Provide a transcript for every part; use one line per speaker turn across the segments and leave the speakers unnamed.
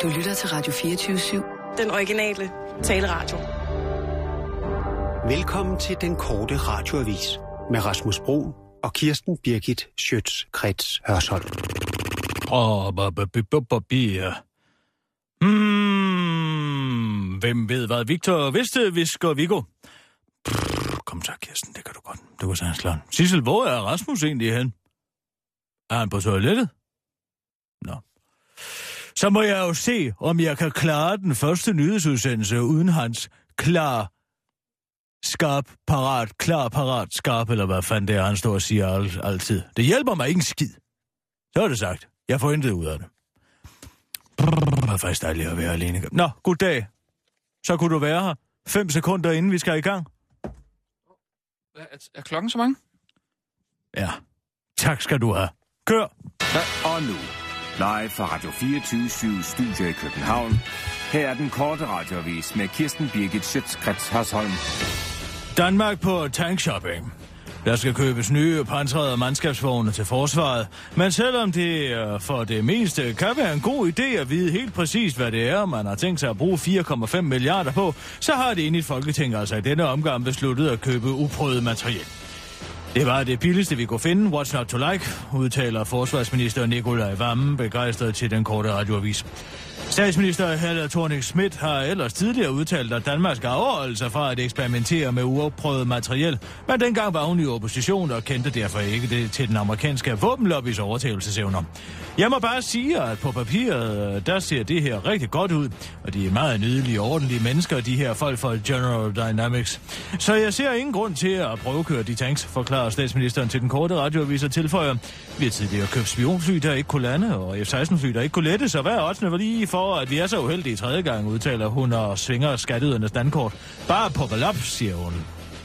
Du lytter til Radio 24/7.
Den originale taleradio.
Velkommen til den korte radioavis med Rasmus Bro og Kirsten Birgit Schøtz-Krets Hørsholm.
Hvem ved hvad Victor vidste, visker Viggo. Kom så, Kirsten, det kan du godt. Du kan sige slå. Sissel, hvor er Rasmus egentlig hen? Er han på toilettet? Nå. Så må jeg jo se, om jeg kan klare den første nyhedsudsendelse uden hans klar, parat, skarp, eller hvad fanden det er, han står og siger altid. Det hjælper mig ikke en skid. Så er det sagt. Jeg får intet ud af det. Det er faktisk dejligt at være alene. Nå, goddag. Så kunne du være her 5 sekunder, inden vi skal i gang.
Er klokken så mange?
Ja. Tak skal du have. Kør.
Og nu, live fra Radio 24/7 Studio i København. Her er den korte radioavis med Kirsten Birgit Schøtz-Krets Hørsholm.
Danmark på tankshopping. Der skal købes nye pansrede mandskabsvogne til forsvaret, men selvom det for det meste kan være en god idé at vide helt præcist, hvad det er, man har tænkt sig at bruge 4,5 milliarder på, så har det enigt Folketing altså i denne omgang besluttet at købe uprøvet materiel. Det var det billigste, vi kunne finde. What's not to like, udtaler forsvarsminister Nikolaj Wammen begejstret til den korte radioavis. Statsminister Helle Thorning-Schmidt har ellers tidligere udtalt, at Danmark skal afholde sig fra at eksperimentere med uopprøvet materiel, men dengang var hun i opposition og kendte derfor ikke det til den amerikanske våbenlobbys overtagelsesevner. Jeg må bare sige, at på papiret, der ser det her rigtig godt ud, og de er meget nydelige og ordentlige mennesker, de her folk fra General Dynamics. Så jeg ser ingen grund til at prøvekøre de tanks, forklarer statsministeren til den korte radioavis og tilføjer. Vi har tidligere købt spionfly, der ikke kunne lande, og F-16-fly, der ikke kunne lette, så hvad er oddsene for lige for, at vi er så uheldige 3. gang, udtaler hun og svinger skatteydernes dankort. Bare poppel op, siger hun.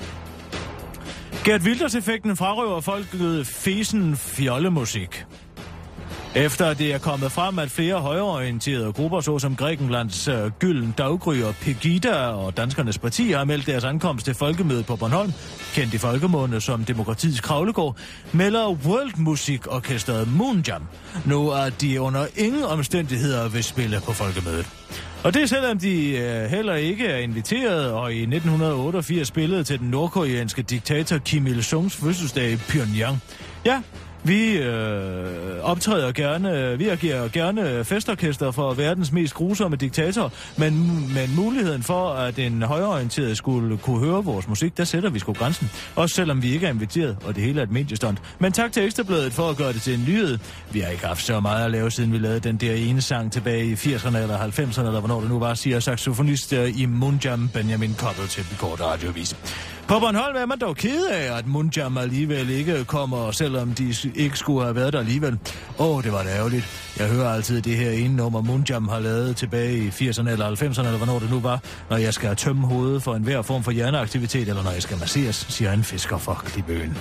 Gert Wilders-effekten frarøver folket fesen fjollemusik. Efter det er kommet frem, at flere højreorienterede grupper, såsom Grækenlands Gylden Daggry og Pegida og Danskernes Parti, har meldt deres ankomst til folkemødet på Bornholm, kendt i folkemunde som Demokratiets Kravlegård, melder World Music-orkestret Moonjam nu, at de under ingen omstændigheder vil spille på folkemødet. Og det selvom de heller ikke er inviteret, og i 1988 spillede til den nordkoreanske diktator Kim Il-sungs fødselsdag i Pyongyang. Ja, vi optræder gerne, vi agerer gerne festorkester for verdens mest grusomme diktator, men muligheden for, at en højreorienteret skulle kunne høre vores musik, der sætter vi sgu grænsen. Også selvom vi ikke er inviteret, og det hele er et mediestunt. Men tak til Ekstrabladet for at gøre det til en nyhed. Vi har ikke haft så meget at lave, siden vi lavede den der ene sang tilbage i 80'erne eller 90'erne, eller hvornår det nu var, siger saxofonist i Moonjam Benjamin Koppel til den korte radioavis. På Bornholm er man dog ked af, at Moonjam alligevel ikke kommer, selvom de ikke skulle have været der alligevel. Det var da ærgerligt. Jeg hører altid det her ene nummer, Moonjam har lavet tilbage i 80'erne eller 90'erne, eller hvornår det nu var, når jeg skal tømme hovedet for enhver form for hjerneaktivitet, eller når jeg skal masseres, siger en fisker fra Klipøen.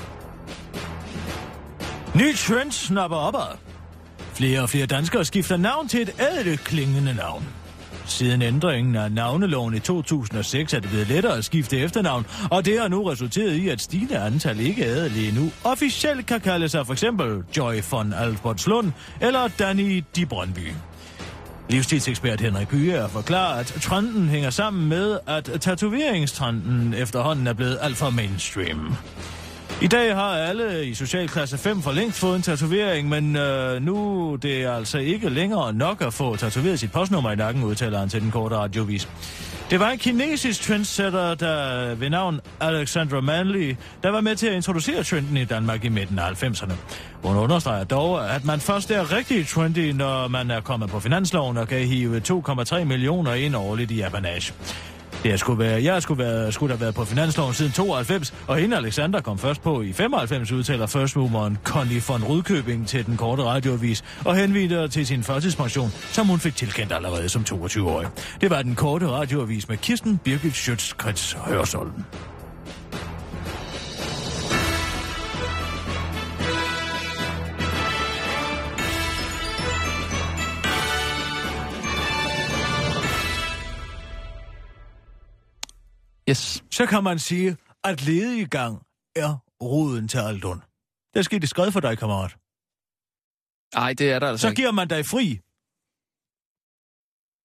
Ny trend snapper opad. Flere og flere danskere skifter navn til et ædelklingende navn. Siden ændringen af navneloven i 2006 er det blevet lettere at skifte efternavn, og det har nu resulteret i, at stigende antal ikke-adelige nu officielt kan kalde sig for eksempel Joy von Albertslund eller Danny de Brøndby. Livsstilsekspert Henrik Bye forklarer, at trenden hænger sammen med, at tatoveringstrenden efterhånden er blevet alt for mainstream. I dag har alle i socialklasse 5 for længst fået en tatovering, men nu det er altså ikke længere nok at få tatoveret sit postnummer i nakken, udtaler han til den korte radiovis. Det var en kinesisk trendsetter, der ved navn Alexandra Manley, der var med til at introducere trenden i Danmark i midten af 90'erne. Hun understreger dog, at man først er rigtig trendy, når man er kommet på finansloven og kan hive 2,3 millioner ind årligt i apanage. Jeg skulle have været på finansloven siden 92, og hende Alexander kom først på i 95, udtaler firstmoveren Connie von Rudkøbing til den korte radioavis, og henviser til sin førtidspension, som hun fik tilkendt allerede som 22-årig. Det var den korte radioavis med Kirsten Birgit Schøtz-Krets Hørsholm.
Yes.
Så kan man sige, at lediggang er roden til alt ondt. Det er sket i skred for dig, kammerat.
Nej, det er der altså
Så
ikke.
giver man dig fri.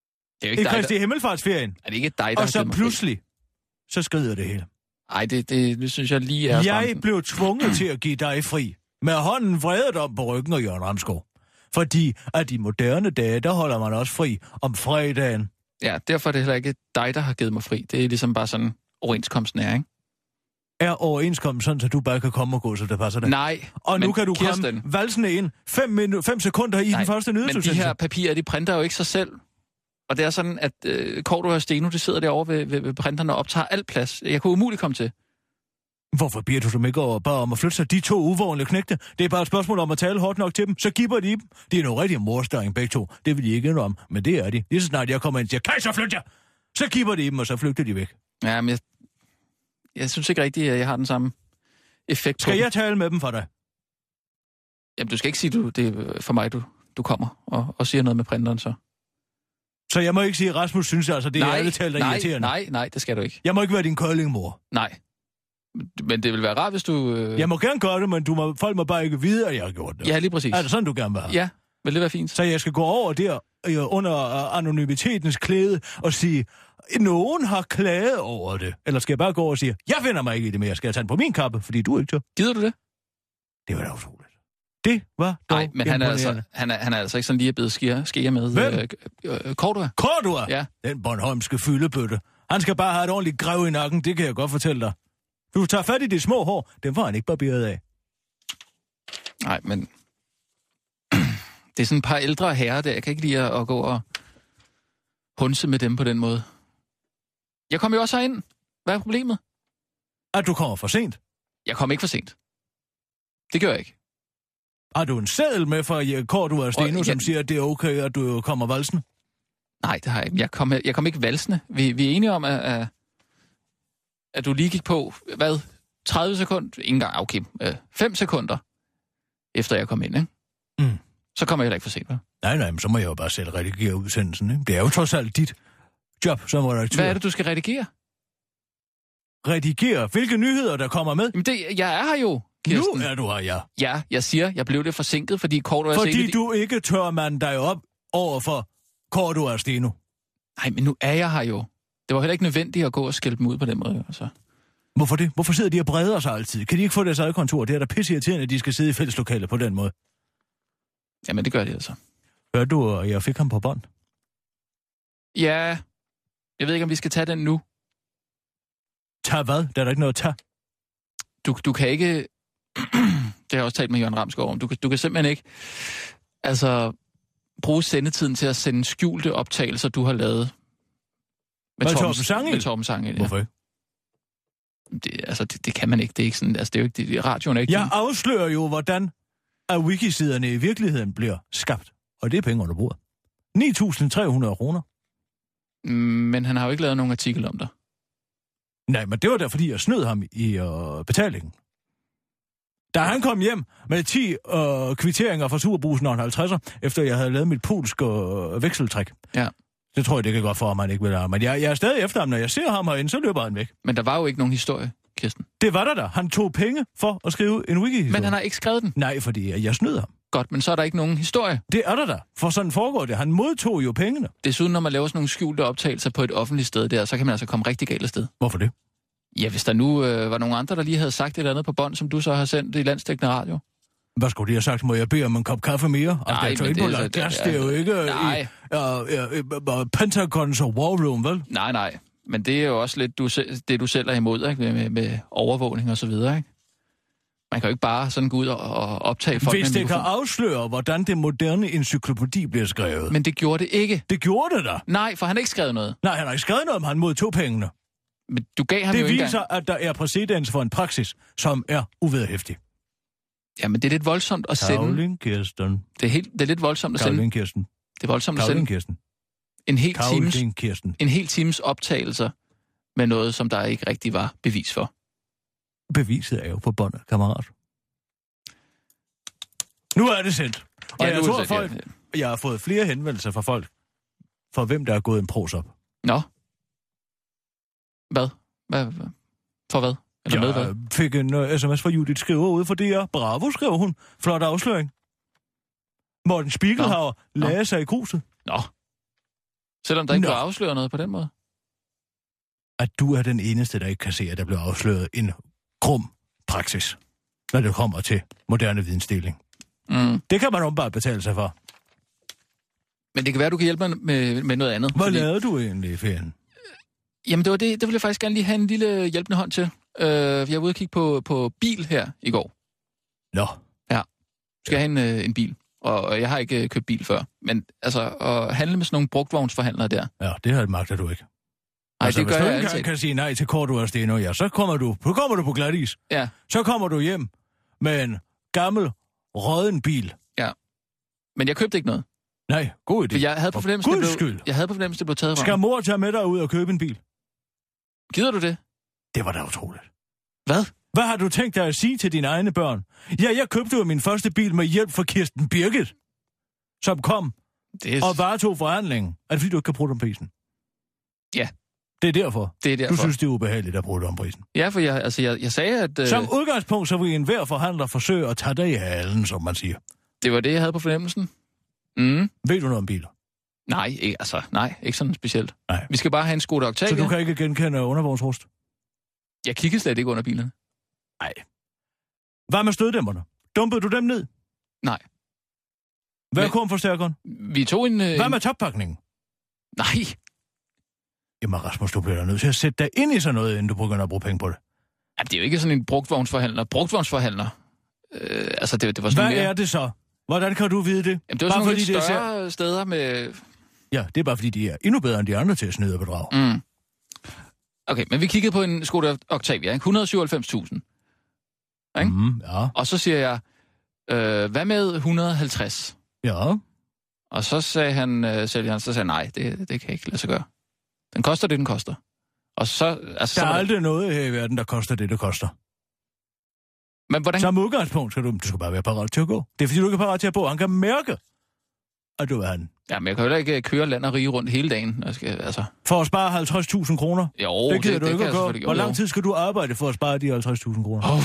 Det er jo ikke
i
dig,
Kristi Himmelfartsferien.
Er det ikke dig, der
Og så pludselig, så skrider det hele.
Nej, det synes jeg lige er...
Jeg blev tvunget til at give dig fri, med hånden vredet om på ryggen af Jørgen Ramskov. Fordi at de moderne dage, der holder man også fri om fredagen.
Ja, derfor er det heller ikke dig, der har givet mig fri. Det er ligesom bare sådan, overenskomsten er, ikke?
Er overenskomsten sådan, at du bare kan komme og gå, så det passer dig?
Nej,
og nu kan du
Kirsten,
komme valsende ind 5 sekunder i den første nyhedsudsendelse.
Men de her papirer, de printer jo ikke sig selv. Og det er sådan, at Cordua og Steno, de sidder derovre ved printerne og optager al plads. Jeg kunne umuligt komme til. Hvorfor
beder du dem ikke over bare om at flytte sig? De 2 uvorlige knægte. Det er bare et spørgsmål om at tale hårdt nok til dem. Så giver de dem. Det er nogle rigtige morstøring begge to. Det vil de ikke indrømme, men det er de. Lige så snart jeg kommer ind og siger, kan I så flytte jer? Så giver de dem, og så flygter de væk.
Ja, men jeg synes ikke rigtigt, at jeg har den samme effekt.
Skal jeg tale med dem for dig?
Jamen, du skal ikke sige, det er for mig, du kommer og siger noget med printeren, så.
Så jeg må ikke sige, at Rasmus synes altså, det er alle talt irriterende?
Nej, det skal du ikke.
Jeg må ikke være din køllingmor.
Nej. Men det vil være rart, hvis du...
Jeg må gerne gøre det, men folk må bare ikke vide, at jeg har gjort det.
Ja, lige præcis.
Er det sådan, du gerne vil have?
Ja, vil det være fint.
Så jeg skal gå over der under anonymitetens klæde og sige, nogen har klaget over det. Eller skal jeg bare gå over og sige, jeg finder mig ikke i det mere. Skal jeg tage den på min kappe, fordi du ikke tør?
Gider du det?
Det var da utroligt. Det var dog
Nej, men han er altså ikke sådan lige blevet sker med...
Hvem?
Cordua.
Cordua?
Ja.
Den bornholmske fyldebøtte. Han skal bare have et ordentligt grev i nakken, det kan jeg godt fortælle dig. Du tager fat i de små hår, dem var han ikke barberet af.
Nej, men... det er sådan et par ældre herrer der. Jeg kan ikke lide at gå og hunse med dem på den måde. Jeg kom jo også herind. Hvad er problemet?
At du kommer for sent?
Jeg kom ikke for sent. Det gør jeg ikke.
Har du en seddel med fra Cordua og Steno, som siger, at det er okay, at du kommer valsende?
Nej, det har jeg ikke. Jeg kom ikke valsende. Vi er enige om, at du lige gik på, 30 sekunder? Ikke engang, okay. 5 sekunder, efter jeg kom ind, ikke?
Mm.
Så kommer jeg heller ikke for sent, vel?
Nej, men så må jeg jo bare selv redigere udsendelsen, ikke? Det er jo trods alt dit job som redaktør.
Hvad er det, du skal redigere?
Redigere? Hvilke nyheder, der kommer med?
Jamen jeg er her jo, Kirsten.
Nu er du her, ja.
Ja, jeg siger, jeg blev lidt forsinket, fordi Cordua...
Fordi du ikke tør mande dig op over for Cordua og Steno.
Nej, men nu er jeg her jo. Det var heller ikke nødvendigt at gå og skælde dem ud på den måde, altså.
Hvorfor det? Hvorfor sidder de og breder sig altid? Kan de ikke få deres eget kontor? Det er da pisseirriterende, at de skal sidde i fælleslokaler på den måde.
Jamen, det gør de altså.
Hørte du, og jeg fik ham på bånd?
Ja, jeg ved ikke, om vi skal tage den nu.
Tag hvad? Der er da ikke noget at tage.
Du kan ikke... det har jeg også talt med Jørgen Ramskov om. Du kan simpelthen ikke bruge sendetiden til at sende skjulte optagelser, du har lavet med Torben Sange. Ja.
Hvorfor ikke?
Det kan man ikke. Det er ikke sådan... Altså, det er jo ikke... Radioen er ikke...
Jeg afslører jo, hvordan at wikisiderne i virkeligheden bliver skabt. Og det er penge under bordet. 9.300 kroner.
Men han har jo ikke lavet nogen artikel om dig.
Nej, men det var da, fordi jeg snød ham i betalingen. Da han kom hjem med 10 kvitteringer fra Superbrugsen og en 50'er, efter jeg havde lavet mit polske vekseltræk.
Ja.
Det tror jeg, det kan godt for, at man ikke vil have. Men jeg er stadig efter ham. Når jeg ser ham herinde, så løber han væk.
Men der var jo ikke nogen historie, Kirsten.
Det var der. Han tog penge for at skrive en wiki-historie.
Men han har ikke skrevet den?
Nej, fordi jeg snød ham.
Godt, men så er der ikke nogen historie.
Det er der. For sådan foregår det. Han modtog jo pengene.
Desuden, når man laver sådan nogle skjulte optagelser på et offentligt sted der, så kan man altså komme rigtig galt af sted.
Hvorfor det?
Ja, hvis der nu var nogle andre, der lige havde sagt et eller andet på bånd, som du så har sendt i landsdækkende radio.
Hvad skulle de have sagt? Må jeg bede om en kop kaffe mere?
Nej,
altså,
men
det er jo ikke Pentagons og War Room, vel?
Nej. Men det er jo også lidt det, du selv er imod, ikke? Med overvågning og så videre, ikke? Man kan jo ikke bare sådan gå ud og optage folk.
Hvis det kan afsløre, hvordan det moderne encyklopædi bliver skrevet.
Men det gjorde det ikke.
Det gjorde det da.
Nej, for han har ikke skrevet noget.
Nej, han har ikke skrevet noget, men han modtog pengene.
Men du gav ham
det
jo ikke.
Det viser, at der er præcedens for en praksis, som er uvederhæftig.
Jamen, det er lidt voldsomt at sende...
Karoline Kirsten.
Det er lidt voldsomt at sende...
Karoline Kirsten.
Det er voldsomt at
Karoline
sende...
Kirsten.
En hel times optagelser med noget, som der ikke rigtig var bevis for.
Beviset er jo på båndet, kammerat. Nu er det sendt. Og jeg tror, folk... Jeg har fået flere henvendelser fra folk, for hvem der er gået en pros op.
Nå. Hvad? For hvad? Eller med hvad?
Jeg fik en sms fra Judith Skriver ude for DR. Bravo, skrev hun. Flot afsløring. Morten Spiegelhauer lagde sig i kruset.
Nå. Selvom der ikke blev afsløret noget på den måde?
At du er den eneste, der ikke kan se, at der blev afsløret en grum praksis, når det kommer til moderne vidensdeling. Det kan man bare betale sig for.
Men det kan være, du kan hjælpe mig med noget andet.
Hvad lavede du egentlig i ferien?
Jamen, det var det. Det ville jeg faktisk gerne lige have en lille hjælpende hånd til. Jeg var ude og kigge på bil her i går.
Nå.
Ja. Skal jeg have en bil? Og jeg har ikke købt bil før. Men altså, at handle med sådan nogle brugtvognsforhandlere der.
Ja, det magter du ikke.
Nej,
altså,
det gør jeg
altid. Hvis du ikke kan sige nej til Cordua Steno, ja, så kommer du på glatis.
Ja.
Så kommer du hjem med en gammel, rådden bil.
Ja. Men jeg købte ikke noget.
Nej, god idé.
For jeg havde på fornemmelse, det blev taget fra.
Skal mor tage med dig ud og købe en bil?
Gider du det?
Det var da utroligt.
Hvad?
Hvad har du tænkt dig at sige til dine egne børn? Ja, jeg købte jo min første bil med hjælp fra Kirsten Birgit, som kom og varetog forhandlingen. Er det fordi, du ikke kan bruge om prisen?
Ja.
Det er derfor.
Det er derfor.
Du synes, det er ubehageligt at bruge om prisen?
Ja, for jeg sagde, at...
Som udgangspunkt, så vil enhver forhandler forsøge at tage dig i halen, som man siger.
Det var det, jeg havde på fornemmelsen.
Ved du noget om biler?
Nej, ikke sådan specielt.
Nej.
Vi skal bare have en Skoda Octavia.
Så du kan ikke genkende undervognsrust?
Jeg kiggede slet ikke under bilerne.
Nej. Hvad med støddæmperne? Dumpede du dem ned?
Nej.
Hvad kom forstærkeren?
Vi tog en...
Hvad med toppakningen?
Nej.
Jamen Rasmus, du bliver nødt til at sætte dig ind i sådan noget, inden du begynder at bruge penge på det.
Jamen, det er jo ikke sådan en brugtvognsforhandler. Det var sådan
Hvad er det så? Hvordan kan du vide det?
Jamen, det var sådan nogle lidt større steder med...
Ja, det er bare fordi, de er endnu bedre end de andre til at snyde og bedrage.
Okay, men vi kiggede på en Skoda Octavia, 197.000.
Ja.
Og så siger jeg, hvad med 150?
Ja.
Og så sagde han, nej, det kan ikke lade sig gøre. Den koster det, den koster. Og så... Altså,
der er aldrig noget her i verden, der koster det koster.
Men hvordan...
Som udgangspunkt skal du skal bare være parat til at gå. Det er fordi, du ikke er parat til at bo. Han kan mærke, at du er han.
Ja, men jeg kan jo ikke køre land og rige rundt hele dagen.
For at spare 50.000 kroner?
Jo,
det gider du ikke at gøre. Hvor lang tid skal du arbejde for at spare de 50.000 kroner?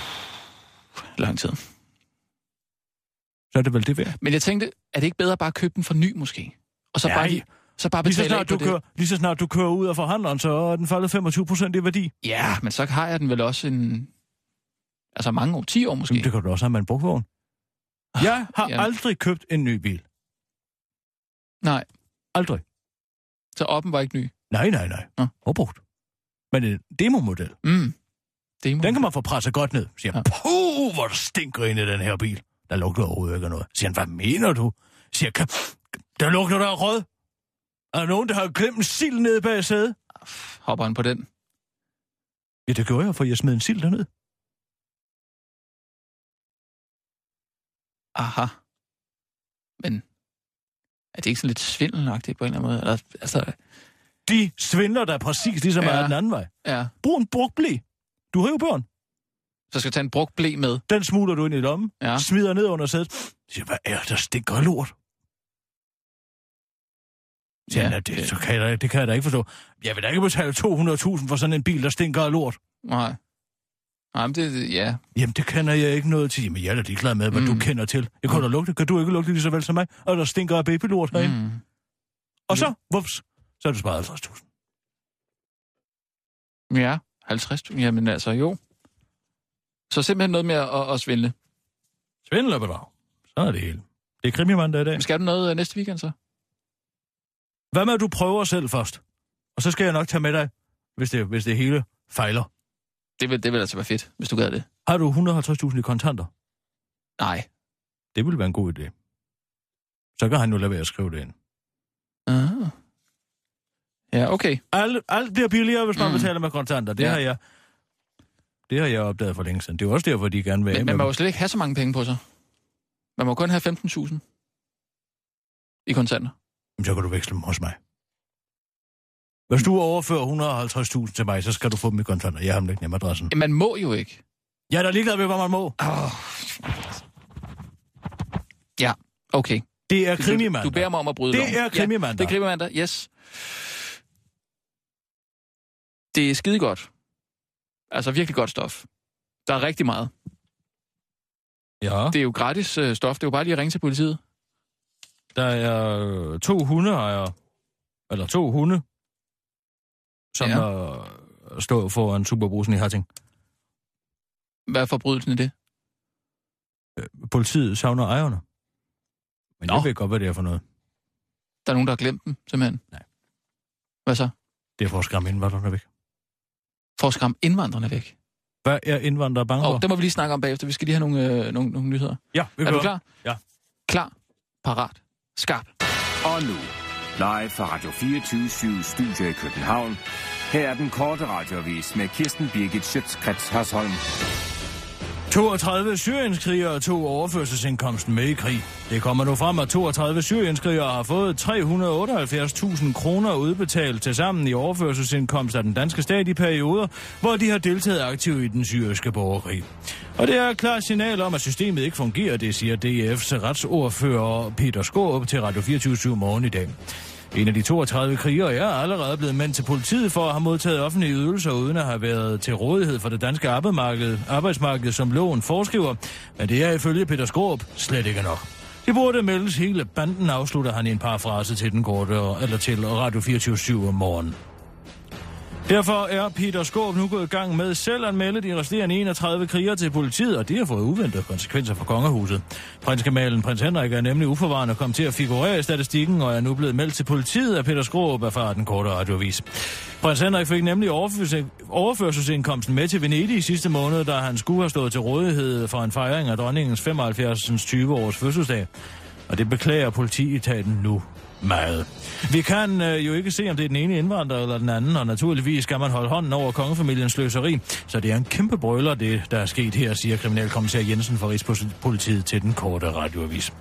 Lang tid.
Så er det vel det værd.
Men jeg tænkte, er det ikke bedre bare at købe den for ny, måske? Og så bare betale af på det?
Lige så snart du kører ud af forhandleren, så er den faldet 25% i værdi.
Ja, men så har jeg den vel også mange år, 10 år måske.
Jamen, det kan du også have med en brugtvogn. Jeg har aldrig købt en ny bil.
Nej.
Aldrig.
Så oppen var ikke ny?
Nej. Opbrugt. Men en demomodel. Den kan man få presset godt ned. Siger, hvor der stinker ind i den her bil. Der lugter overhovedet ikke noget. Siger han, hvad mener du? Siger der lugter der rød. Er der nogen, der har glemt en sild nede bag sædet?
Hopper han på den?
Ja, det gjorde jeg, for jeg smed en sild derned.
Aha. Men er det ikke sådan lidt svindelagtigt på en eller anden måde?
De svindler der præcis ligesom meget den anden vej.
Ja.
Brug en brugt ble. Du har jo børn.
Så skal jeg tage en brugt ble med?
Den smugler du ind i lommen, smider ned under sædet. Siger, hvad er der stinker lort? Siger, det kan jeg da ikke forstå. Jeg vil da ikke betale 200.000 for sådan en bil, der stinker af lort.
Nej. Jamen, ja.
Jamen, det kender jeg ikke noget til. Jamen, jeg er da ligeglad med, hvad du kender til. Jeg kan da lugte. Kan du ikke lugte lige så vel som mig? Og der stinker af babylort herinde. Og så, så er du sparet 50.000.
Ja, 50.000. Jamen, jo. Så simpelthen noget med at svindle.
Svindle og bedrag. Så er det hele. Det er krimimandag i dag.
Men skal du noget næste weekend så?
Hvad med, at du prøver selv først? Og så skal jeg nok tage med dig, hvis det hele fejler.
Det vil altså være fedt, hvis du gør det.
Har du 150.000 i kontanter?
Nej.
Det ville være en god idé. Så kan han jo lade være at skrive det ind.
Ja, okay.
Alt bliver billigere, hvis man betaler med kontanter. Det har jeg opdaget for længe siden. Det er også derfor, de gerne vil
Men man må jo slet ikke have så mange penge på sig. Man må kun have 15.000 i kontanter.
Så kan du veksle dem hos mig. Hvis du overfører 150.000 til mig, så skal du få dem i kontanter. Jeg har dem ikke nem adressen.
Man må jo ikke.
Jeg er da ligeglad med, hvad man må.
Ja, okay.
Det er krimimandag.
Du beder mig om at bryde loven.
Det er krimimandag.
Ja, det er krimimandag, yes. Det er skide godt. Altså virkelig godt stof. Der er rigtig meget.
Ja.
Det er jo gratis stof. Det er jo bare lige at ringe til politiet.
Der er 2 hundeejere eller 2 hunde, som står foran Superbrugsen i Herting.
Hvad er forbrydelsen i det?
Politiet savner ejerne. Men jeg ved godt, hvad det er for noget.
Der er nogen, der har glemt dem, simpelthen?
Nej.
Hvad så?
Det er for at skræmme indvandrerne væk.
For at skræmme indvandrerne væk?
Hvad er indvandrere bange for?
Det må vi lige snakke om bagefter. Vi skal lige have nogle nyheder.
Ja,
er du klar?
Ja.
Klar, parat, skarp.
Og nu, live fra Radio 24/7 Studio i København. Her er den korte radioavis med Kirsten Birgit Schøtz-Krets Hørsholm.
32 syrienskrigere tog overførselsindkomsten med i krig. Det kommer nu frem, at 32 syrienskrigere har fået 378.000 kroner udbetalt til sammen i overførselsindkomst af den danske stat i perioder, hvor de har deltaget aktivt i den syriske borgerkrig. Og det er et klart signal om, at systemet ikke fungerer, det siger DF's retsordfører Peter Skaarup til Radio 24/7 morgen i dag. En af de 32 krigere er allerede blevet meldt til politiet for at have modtaget offentlige ydelser, uden at have været til rådighed for det danske arbejdsmarked, som loven foreskriver. Men det er ifølge Peter Skaarup slet ikke nok. Det burde meldes hele banden, afslutter han i en parafrase til til Radio 24/7 om morgenen. Derfor er Peter Skaarup nu gået i gang med selv at melde de resterende 31 krigere til politiet, og det har fået uventede konsekvenser for kongehuset. Prinsgemalen Prins Henrik er nemlig uforvarende kommet til at figurere i statistikken, og er nu blevet meldt til politiet af Peter Skaarup erfarer den korte radioavis. Prins Henrik fik nemlig overførselsindkomsten med til Venedig i sidste måned, da han skulle have stået til rådighed for en fejring af dronningens 75. 20-års fødselsdag. Og det beklager politietaten nu meget. Vi kan jo ikke se, om det er den ene indvandrer eller den anden, og naturligvis skal man holde hånden over kongefamiliens sløseri. Så det er en kæmpe brøler, det der er sket her, siger kriminalkommissær Jensen fra Rigspolitiet til den korte radioavis.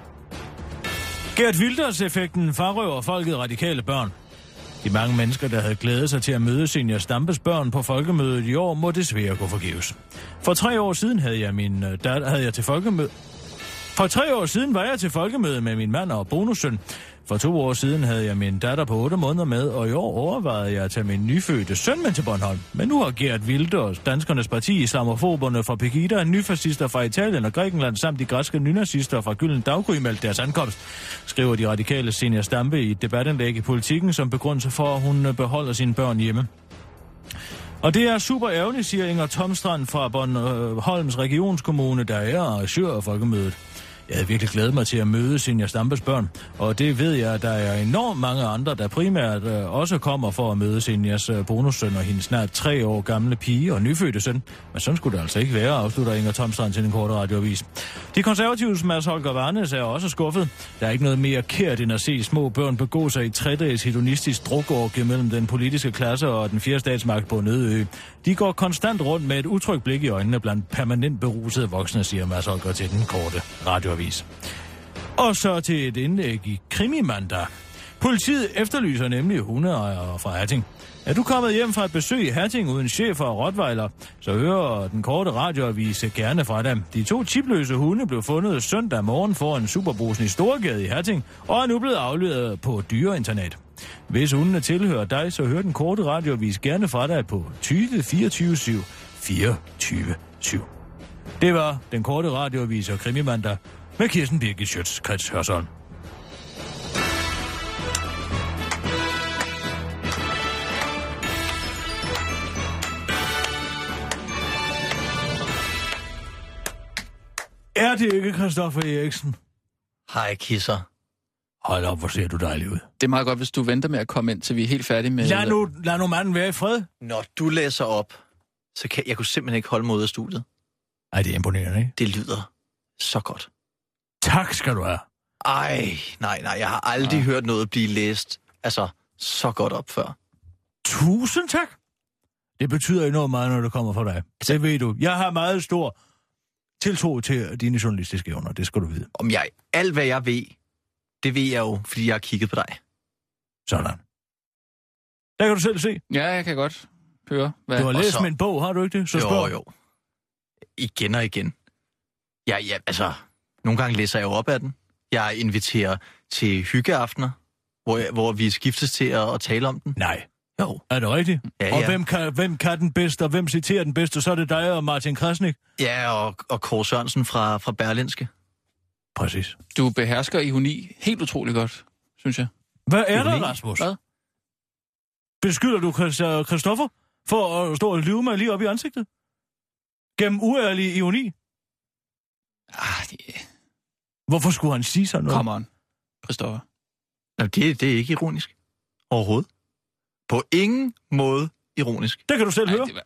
Gert Wilders-effekten frarøver folket radikale børn. De mange mennesker, der havde glædet sig til at møde Zenia Stampes børn på folkemødet i år, må desværre gå forgæves. For 3 år siden havde jeg til folkemøde. For 3 år siden var jeg til folkemøde med min mand og bonussøn. For 2 år siden havde jeg min datter på 8 måneder med, og i år overvejede jeg at tage min nyfødte søn med til Bornholm. Men nu har Gert Wilders, Danskernes Parti, islamofoberne fra Pegida, nyfascister fra Italien og Grækenland samt de græske nynazister fra Gylden Daggry meldt deres ankomst, skriver de radikale Zenia Stampe i et debatindlæg i Politikken, som begrundelse for, at hun beholder sine børn hjemme. Og det er super ærgerligt, siger Inger Tomstrand fra Bornholms regionskommune, der er arrangør af folkemødet. Jeg havde virkelig glædet mig til at møde Zenia Stampes børn, og det ved jeg, at der er enormt mange andre, der primært også kommer for at møde Zenias bonussøn og hendes snart 3 år gamle pige og nyfødte søn. Men sådan skulle det altså ikke være, afslutter Inger Tomstrand til den korte radioavis. De konservatives Mads Holger Varnes er også skuffet. Der er ikke noget mere kært end at se små børn begå sig i 3-dages hedonistisk drukårge mellem den politiske klasse og den 4. statsmagt på en øde ø. De går konstant rundt med et utrygt blik i øjnene blandt permanent berusede voksne, siger Mads Holger til den korte radioavis. Og så til et indlæg i Krimimandag. Politiet efterlyser nemlig hundeejere fra Herting. Er du kommet hjem fra et besøg i Herting uden chef og rottweiler, så hører den korte radioavis gerne fra dem. De 2 chipløse hunde blev fundet søndag morgen foran Superbrugsen i Storgade i Herting, og er nu blevet afleveret på dyreinternat. Hvis hundene tilhører dig, så hør den korte radioavis gerne fra dig på 20 24 7 24 7. Det var den korte radioavis og Krimimandag med Kirsten Birgit Schøtz-Krets Hørsholm. Er det ikke Christoffer Eriksen?
Hej, kisser.
Hold op, hvor ser du dejlig ud.
Det er meget godt, hvis du venter med at komme ind, til vi er helt færdige med...
Lad nu manden være i fred.
Når du læser op, så kan jeg kunne simpelthen ikke holde mig ude af studiet.
Ej, det er imponerende, ikke?
Det lyder så godt.
Tak skal du have.
Ej, nej, jeg har aldrig hørt noget blive læst, altså, så godt op før.
Tusind tak. Det betyder enormt meget, når det kommer fra dig. Det ved du. Jeg har meget stor tiltro til dine journalistiske evner, det skal du vide.
Alt hvad jeg ved, det ved jeg jo, fordi jeg har kigget på dig.
Sådan. Der kan du selv se.
Ja, jeg kan godt høre. Hvad?
Du har læst min bog, har du ikke det? Så
jo. Igen og igen. Ja, altså, nogle gange læser jeg jo op af den. Jeg inviterer til hyggeaftener, hvor vi skiftes til at tale om den.
Nej.
Jo.
Er det rigtigt?
Ja.
Og hvem kan den bedste, og hvem citerer den bedste? Så er det dig og Martin Krasnik.
Ja, og Kåre Sørensen fra Berlinske.
Præcis.
Du behersker ironi helt utroligt godt, synes jeg.
Hvad er der, Rasmus?
Hvad?
Beskylder du Christoffer for at stå og lyve mig lige op i ansigtet? Gennem uærlig ironi? Hvorfor skulle han sige sådan noget?
Come on, Christoffer.
Nå, det er ikke ironisk. Overhovedet. På ingen måde ironisk.
Det kan du selv høre.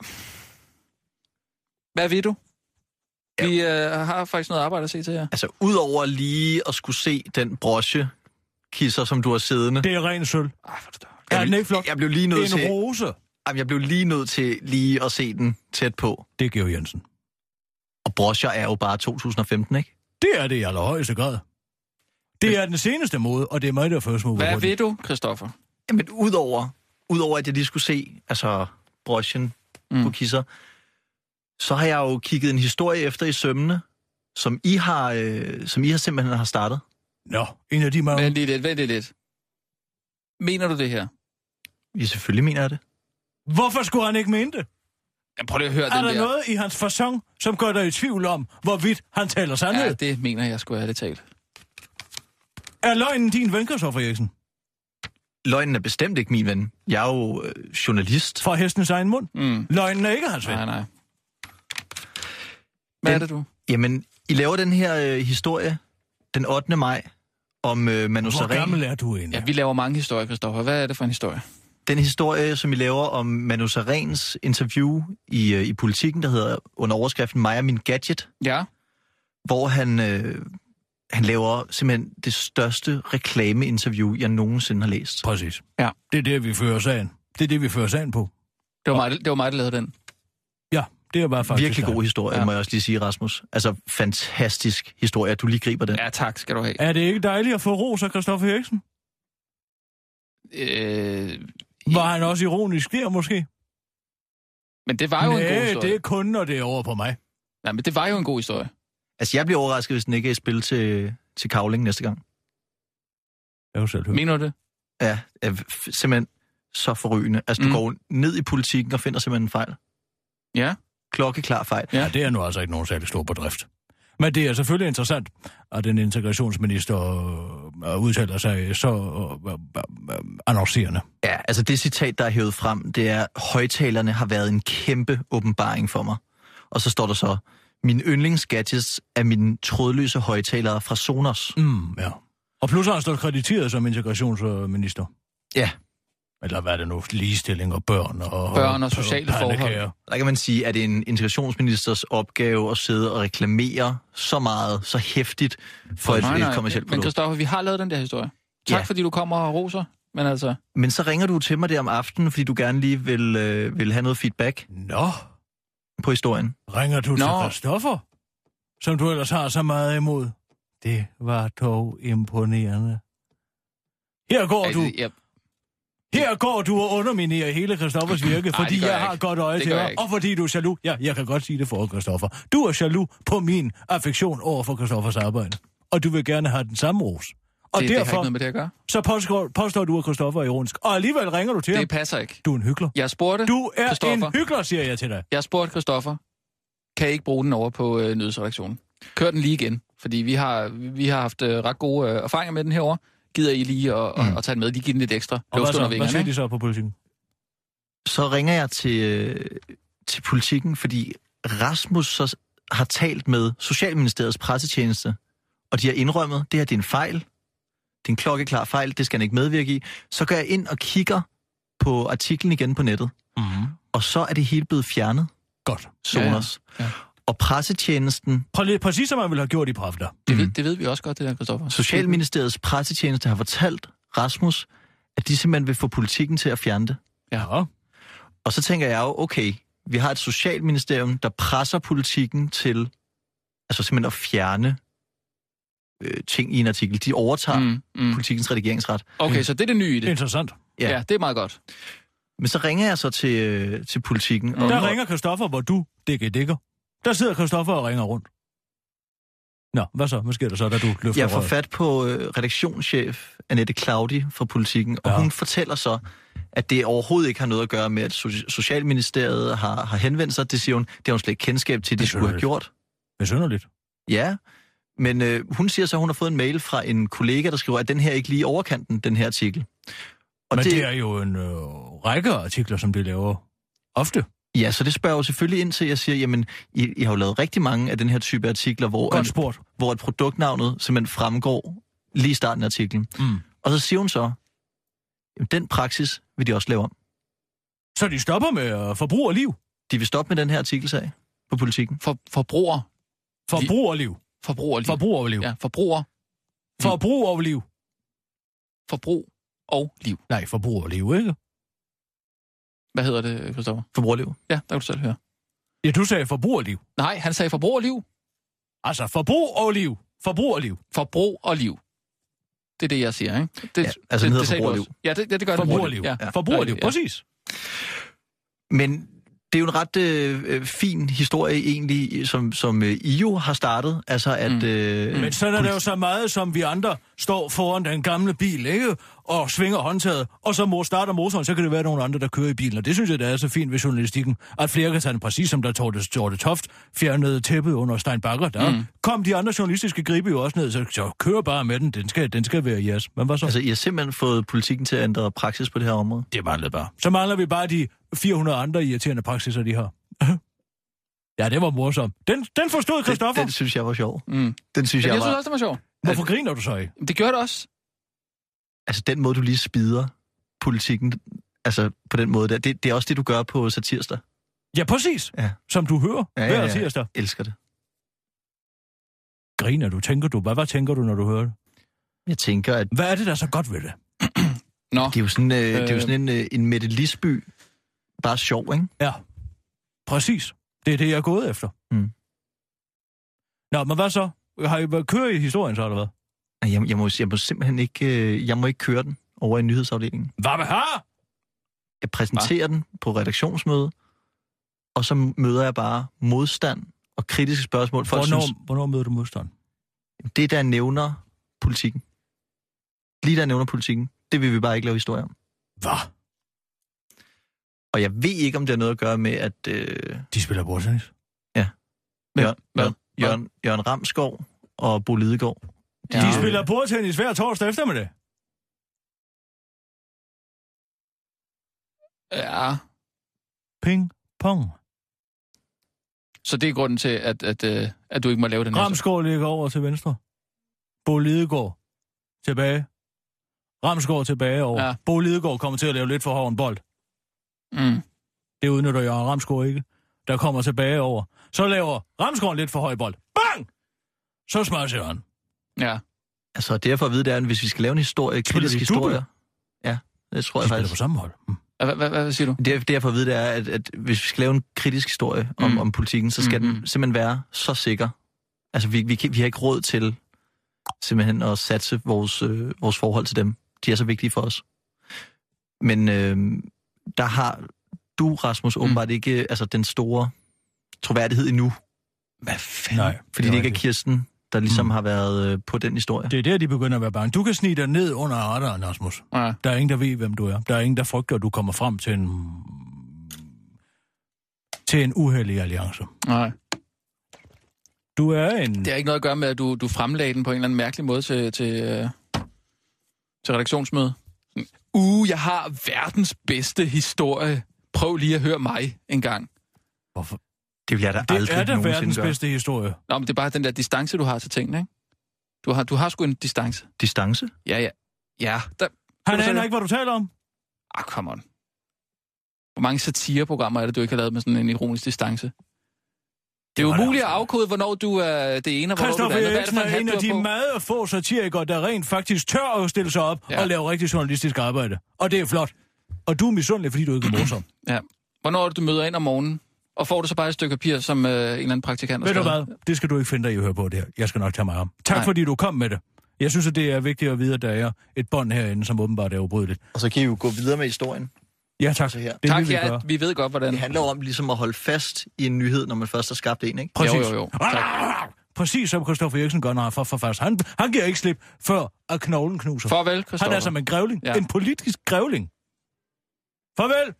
Hvad ved du? Vi har faktisk noget arbejde at se til her.
Altså, udover lige at skulle se den broche-kisser, som du har siddende.
Det er ren sølv. Er den ikke flot?
Jeg blev lige nødt til...
En rose.
Jeg blev lige nødt til lige at se den tæt på.
Det er Georg Jensen.
Og brocher er jo bare 2015, ikke?
Det er det i allerhøjeste grad. Det er den seneste måde, og det er mig, der først må.
Hvad ved du, Christoffer?
Jamen, udover at jeg lige skulle se, altså, brochen på kisser, så har jeg jo kigget en historie efter i sømmene, som I simpelthen har startet.
Nå, en af de mange...
Vent lidt. Mener du det her?
Ja, selvfølgelig mener jeg det.
Hvorfor skulle han ikke mene det?
Jeg prøver lige at høre den der.
Er der noget i hans facon, som gør dig i tvivl om, hvorvidt han taler sandhed?
Ja, det mener jeg sgu ærligt talt.
Er løgnen din ven, Christoffer Eriksen?
Løgnen er bestemt ikke min ven. Jeg er jo journalist.
Fra hestens egen mund? Løgnen er ikke hans ven?
Nej. Hvad er det, du?
Jamen, I laver den her historie den 8. maj om Manu Sareen.
Hvor gammel er du egentlig?
Ja, vi laver mange historier, Christoffer. Hvad er det for en historie?
Den historie, som I laver om Manu Sareens interview i Politikken, der hedder under overskriften Mig og min gadget.
Ja.
Hvor han laver simpelthen det største reklameinterview, jeg nogensinde har læst.
Præcis.
Ja.
Det er det, vi fører sagen. Det er det, vi fører sagen på.
Det var mig, der lavede den.
Ja, det er bare faktisk...
Virkelig god historie, må jeg også lige sige, Rasmus. Altså, fantastisk historie, du lige griber den.
Ja, tak skal du have.
Er det ikke dejligt at få ros af Christoffer Eriksen? Var han også ironisk der, måske?
Men det var jo en god historie.
Nej, det er kun, når det er over på mig.
Nej, men det var jo en god historie.
Altså, jeg bliver overrasket, hvis den ikke er i spil til Kavling næste gang.
Jeg har selv hørt.
Mener du det?
Ja, simpelthen så forrygende. Altså, du går ned i Politikken og finder simpelthen en fejl.
Ja.
Klokkeklar fejl.
Ja, det er nu altså ikke nogen særlig stor bedrift. Men det er selvfølgelig interessant, at den integrationsminister udtaler sig så annoncerende.
Ja, altså det citat, der er hævet frem, det er, højtalerne har været en kæmpe åbenbaring for mig. Og så står der så, min yndlingsgadgets er mine trådløse højtalere fra Sonos.
Ja. Og plus har han stået krediteret som integrationsminister.
Ja.
Eller hvad er det nu? Ligestilling og børn og
sociale forhold.
Der kan man sige, at det er en integrationsministers opgave at sidde og reklamere så meget, så hæftigt for et kommercielt produkt.
Men Christoffer, vi har lavet den der historie. Tak fordi du kommer og roser. Men
så ringer du til mig der om aftenen, fordi du gerne lige vil have noget feedback.
Nå.
På historien.
Ringer du til Christoffer, som du ellers har så meget imod? Det var dog imponerende. Her går du og underminerer hele Christoffers virke, fordi jeg har godt øje til dig, og fordi du er jaloux. Ja, jeg kan godt sige det for Christoffer. Du er jaloux på min affektion over for Christoffers arbejde, og du vil gerne have den samme ros. Og
det
derfor,
har ikke noget med det at gøre.
Så påstår du, at Christoffer er ironisk, og alligevel ringer du til ham.
Det passer ikke.
Du er en hykler.
Jeg spurgte
Du er en hykler, siger jeg til dig.
Jeg spurgte Christoffer, kan I ikke bruge den over på nyhedsredaktionen? Kør den lige igen, fordi vi har haft ret gode erfaringer med den herovre. Gider I lige at tage den med? Lige give den lidt ekstra.
Og hvad siger de så på Politikken?
Så ringer jeg til Politikken, fordi Rasmus så har talt med Socialministeriets pressetjeneste, og de har indrømmet, det her det er en fejl. Det er en klokkeklar fejl, det skal han ikke medvirke i. Så går jeg ind og kigger på artiklen igen på nettet, og så er det hele blevet fjernet.
Godt.
Sonos. Ja. Og pressetjenesten...
Præcis som man ville have gjort i Pravda.
Det ved vi også godt, det der, Christoffer.
Socialministeriets pressetjeneste har fortalt Rasmus, at de simpelthen vil få Politikken til at fjerne det.
Ja.
Og så tænker jeg jo, okay, vi har et socialministerium, der presser Politikken til altså simpelthen at fjerne ting i en artikel. De overtager Politikens redigeringsret.
Okay, så det er det nye i det.
Interessant.
Ja, det er meget godt.
Men så ringer jeg så til Politikken.
Der ringer Christoffer, hvor du dækker. Der sidder Christoffer og ringer rundt. Nå, hvad så? Hvad sker der så, da du løfter
Jeg får fat på redaktionschef Annette Claudi fra Politikken, og hun fortæller så, at det overhovedet ikke har noget at gøre med, at Socialministeriet har henvendt sig. Det siger hun, det har hun slet ikke kendskab til, de skulle have gjort.
Besynderligt.
Ja, men hun siger så, at hun har fået en mail fra en kollega, der skriver, at den her ikke lige overkanten, den her artikel.
Og men det er jo en række artikler, som de laver ofte.
Ja, så det spørger jo selvfølgelig ind til, at jeg siger, jamen, I har jo lavet rigtig mange af den her type artikler, hvor et produktnavnet simpelthen fremgår lige i starten af artiklen. Og så siger hun så, jamen, den praksis vil de også lave om.
Så de stopper med forbrugerliv?
De vil stoppe med den her artikelsag på Politikken.
Forbrugerliv.
Forbrugerliv. Ja,
Forbrugerliv.
Forbrug og liv.
Nej, forbrugerliv, ikke?
Hvad hedder det, Christoffer?
Forbrugerliv.
Ja, der kan du selv høre.
Ja, du sagde forbrugerliv.
Nej, han sagde forbrugerliv.
Altså forbrugerliv. Forbrugerliv.
Forbrug og liv. Det er det, jeg siger, ikke? Det,
ja, altså det hedder forbrugerliv.
Ja, det gør
forbrugerliv.
det.
Ja. Forbrugerliv, præcis.
Men det er jo en ret fin historie egentlig, som I jo har startet. Altså at...
Men så er der jo så meget, som vi andre står foran den gamle bil, ikke? Og svinger håndtaget, og så starter motoren, så kan det være nogle andre, der kører i bilen. Og det synes jeg, det er så fint ved journalistikken, at flere kan tage den præcis, som der Torte Toft fjernede tæppet under Stein Bakker. Der kom de andre journalistiske gribe jo også ned, så kører bare med den. Den skal være jeres. Men hvad så?
Altså, I har simpelthen fået Politikken til at ændre praksis på det her område?
Det manglede bare. Så mangler vi bare de 400 andre irriterende praksiser, de har. Ja, det var morsomt. Den forstod Christoffer.
Den synes jeg var sjov.
Den
synes
jeg synes også, det var sjov.
Hvorfor griner du så ikke?
Det gør det også.
Altså, den måde, du lige spider Politikken, altså på den måde der, det er også det, du gør på Satirsdag.
Ja, præcis.
Ja.
Som du hører hver tirsdag.
Jeg elsker det.
Griner du? Tænker du? Hvad tænker du, når du hører det?
Jeg tænker, at...
Hvad er det, der er så godt ved det?
Nå.
Det er jo sådan, det er jo sådan en Mette Lisby, bare sjov, ikke?
Ja, præcis. Det er det, jeg er gået efter. Nå, men hvad så? Har I kørt i historien så, eller hvad?
Jeg må simpelthen ikke... Jeg må ikke køre den over i nyhedsafdelingen.
Hvad med her?
Jeg præsenterer den på redaktionsmøde, og så møder jeg bare modstand og kritiske spørgsmål.
Hvornår møder du modstand?
Det, der nævner Politikken. Lige der nævner Politikken. Det vil vi bare ikke lave historie om.
Hvad?
Og jeg ved ikke, om det har noget at gøre med, at...
De spiller bordtennis?
Ja. Jørgen Ramskov og Bo Lidegaard.
De spiller bordtennis hver torsdag eftermiddag?
Ja.
Ping, pong.
Så det er grunden til, at du ikke må lave den her.
Ramskov ligger over til venstre. Bo Lidegaard tilbage. Ramskov tilbage over. Ja. Bo Lidegaard kommer til at lave lidt for hård en bold. Det udnytter Jørgen Ramskov ikke. Der kommer tilbage over. Så laver Ramskov lidt for høj bold. Bang! Så smager han.
Ja. Altså, derfor at vide, det er, at hvis vi skal lave en historie, kritisk historie... Ja, det tror jeg faktisk.
På samme hold.
Hvad siger du?
Derfor at vide, det er, at hvis vi skal lave en kritisk historie om Politikken, så skal den simpelthen være så sikker. Altså, vi har ikke råd til simpelthen at satse vores forhold til dem. De er så vigtige for os. Men der har du, Rasmus, åbenbart ikke den store troværdighed endnu.
Hvad fanden? Nej,
fordi det ikke er Kirsten, der ligesom har været på den historie.
Det er der, de begynder at være bange. Du kan snige dig ned under radaren, Rasmus. Ja. Der er ingen, der ved, hvem du er. Der er ingen, der frygter, at du kommer frem til en uheldig alliance.
Nej.
Du er en...
Det har ikke noget at gøre med, at du fremlagde den på en eller anden mærkelig måde til redaktionsmøde. Jeg har verdens bedste historie. Prøv lige at høre mig en gang.
Hvorfor?
Det vil jeg da aldrig nogensinde gøre. Det er da
verdens bedste historie.
Nå, men det er bare den der distance, du har til tingene, ikke? Du har sgu en distance.
Distance?
Ja.
Han aner ikke, hvad du taler om.
Come on. Hvor mange satireprogrammer er det, du ikke har lavet med sådan en ironisk distance? Det er jo muligt at afkode, hvornår du er det ene, og hvornår du er det andet.
Eriksen er en af de meget få satirikere, der rent faktisk tør at stille sig op og lave rigtig journalistisk arbejde. Og det er flot. Og du er misundelig, fordi du ikke er morsom.
Ja. Hvornår er det, du møder ind om morgenen? Og får du så bare et stykke papir, som en eller anden praktikant har
skrevet? Ved du hvad? Det skal du ikke finde dig i at høre på det her. Jeg skal nok tage mig om. Tak fordi du kom med det. Jeg synes, at det er vigtigt at vide, at der er et bånd herinde, som åbenbart er ubrydeligt.
Og så kan I jo gå videre med historien.
Ja, tak.
Tak, vi ved godt, hvordan...
Det handler om ligesom at holde fast i en nyhed, når man først har skabt en, ikke?
Præcis.
Jo.
Præcis som Christoffer Eriksen gør, når han får fast. Han giver ikke slip, før at knoglen knuser.
Farvel, Christoffer.
Han er som en grævling. Ja. En politisk grævling. Farvel!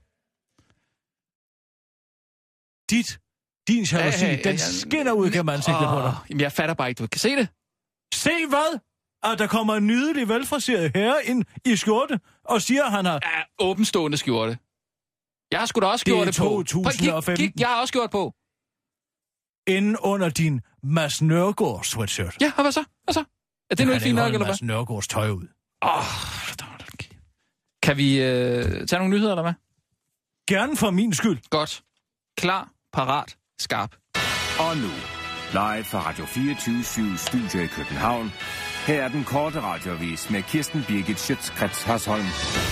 Din jalousi, den skinner ud gennem ansigtet på dig.
Jamen, jeg fatter bare ikke, du kan se det.
Se hvad? at der kommer en nydelig velfriseret herre ind i skjorte og siger, at han har...
Ja, åbenstående skjorte. Jeg har sgu da også skjorte på.
Det er 2015.
Kig, jeg har også skjorte på.
Inden under din Mads Nørgaard sweatshirt.
Ja, og hvad så? Er det nu ikke fint nok, eller hvad?
Mads Nørgaards tøj ud.
Kan vi tage nogle nyheder, eller hvad?
Gerne for min skyld.
Godt. Klar, parat, skarp.
Og nu, live fra Radio 24/7 Studio i København. Her er den korte radioavis med Kirsten Birgit Schøtz-Krets Hørsholm.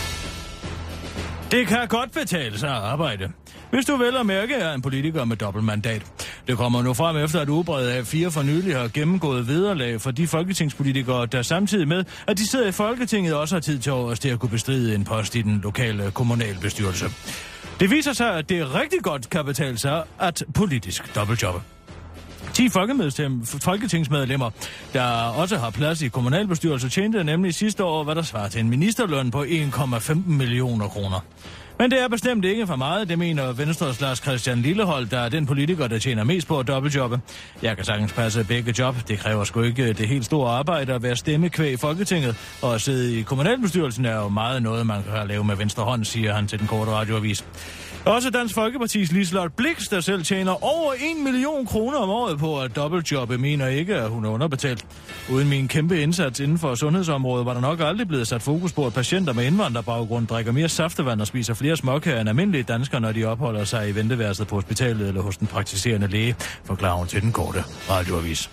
Det kan godt betale sig at arbejde, hvis du vel at mærke er en politiker med dobbeltmandat. Det kommer nu frem efter, at udbredet af 4 for nylig har gennemgået vederlag for de folketingspolitikere, der samtidig med, at de sidder i Folketinget, også har tid til overs til at kunne bestride en post i den lokale kommunalbestyrelse. Det viser sig, at det rigtig godt kan betale sig at politisk dobbeltjobbe. 10 folketingsmedlemmer, der også har plads i kommunalbestyrelse, tjente nemlig sidste år, hvad der svarer til en ministerløn på 1,15 millioner kroner. Men det er bestemt ikke for meget, det mener Venstres Lars Christian Lillehold, der er den politiker, der tjener mest på at dobbeltjobbe. Jeg kan sagtens passe begge job. Det kræver sgu ikke det helt store arbejde at være stemmekvæg i Folketinget, og at sidde i kommunalbestyrelsen er jo meget noget, man kan lave med venstre hånd, siger han til den korte radioavis. Også Dansk Folkepartis Liselott Blixt, der selv tjener over 1 million kroner om året på at dobbeltjobbe, mener ikke, at hun er underbetalt. Uden min kæmpe indsats inden for sundhedsområdet var der nok aldrig blevet sat fokus på, at patienter med indvandrerbaggrund drikker mere saftevand og spiser flere småkager end almindelige danskere, når de opholder sig i venteværelset på hospitalet eller hos den praktiserende læge, forklarer hun til den korte radioavis.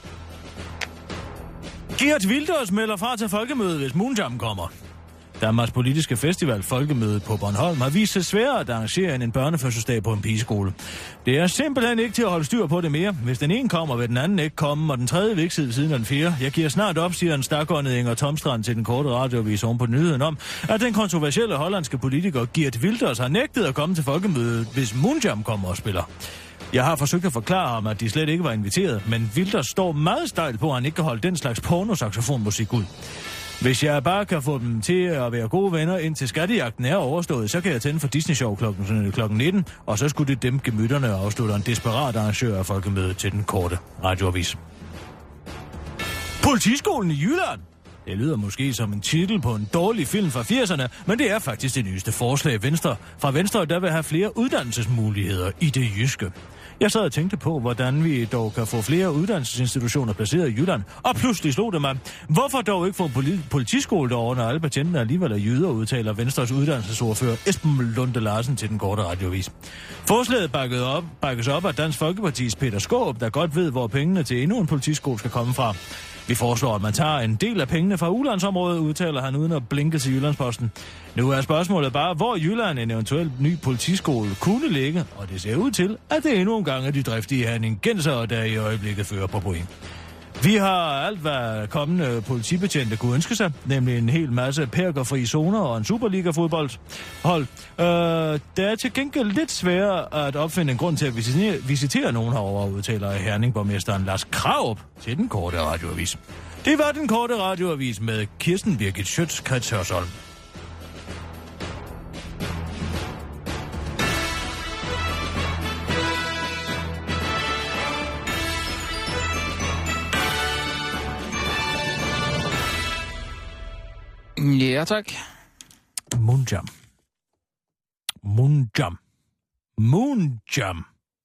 Geert Wilders melder fra til folkemødet, hvis Moonjam kommer. Danmarks politiske festival Folkemødet på Bornholm har vist sig sværere at arrangere end en børnefødselsdag på en pigeskole. Det er simpelthen ikke til at holde styr på det mere. Hvis den ene kommer, vil den anden ikke komme, og den tredje vil ikke sidde siden af den fjerde. Jeg giver snart op, siger en stakåndet Inger Tomstrand til den korte radioavis oven på nyheden om, at den kontroversielle hollandske politiker Geert Wilders har nægtet at komme til Folkemødet, hvis Moonjam kommer og spiller. Jeg har forsøgt at forklare ham, at de slet ikke var inviteret, men Wilders står meget stejlt på, at han ikke kan holde den slags pornosaxofonmusik ud. Hvis jeg bare kan få dem til at være gode venner, indtil skattejagten er overstået, så kan jeg tænde for Disney Show klokken 19, og så skulle det dæmpe gemytterne og afslutte en desperat arrangør af folkemødet til den korte radioavis. Politiskolen i Jylland. Det lyder måske som en titel på en dårlig film fra 80'erne, men det er faktisk det nyeste forslag fra Venstre, der vil have flere uddannelsesmuligheder i det jyske. Jeg sad og tænkte på, hvordan vi dog kan få flere uddannelsesinstitutioner placeret i Jylland, og pludselig slog det mig. Hvorfor dog ikke få en politiskole derovre, når alle patienterne alligevel er jyder, udtaler Venstres uddannelsesordfører Esben Lunde Larsen til den korte radioavis. Forslaget bakkes op af Dansk Folkepartis Peter Skaarup, der godt ved, hvor pengene til endnu en politiskole skal komme fra. Vi foreslår, at man tager en del af pengene fra Ulandsområdet, udtaler han uden at blinke til Jyllandsposten. Nu er spørgsmålet bare, hvor i Jylland en eventuel ny politiskole kunne ligge, og det ser ud til, at det endnu en gang er de driftige Herning-Gensere, der i øjeblikket fører på point. Vi har alt, hvad kommende politibetjente kunne ønske sig, nemlig en hel masse perkerfri zoner og en Superliga-fodboldhold. Det er til gengæld lidt sværere at opfinde en grund til at visitere nogen herovre, udtaler Herning-borgmesteren Lars Krarup til den korte radioavis. Det var den korte radioavis med Kirsten Birgit Schøtz-Krets Hørsholm.
Ja, tak.
Moonjam. Moonjam. Moonjam.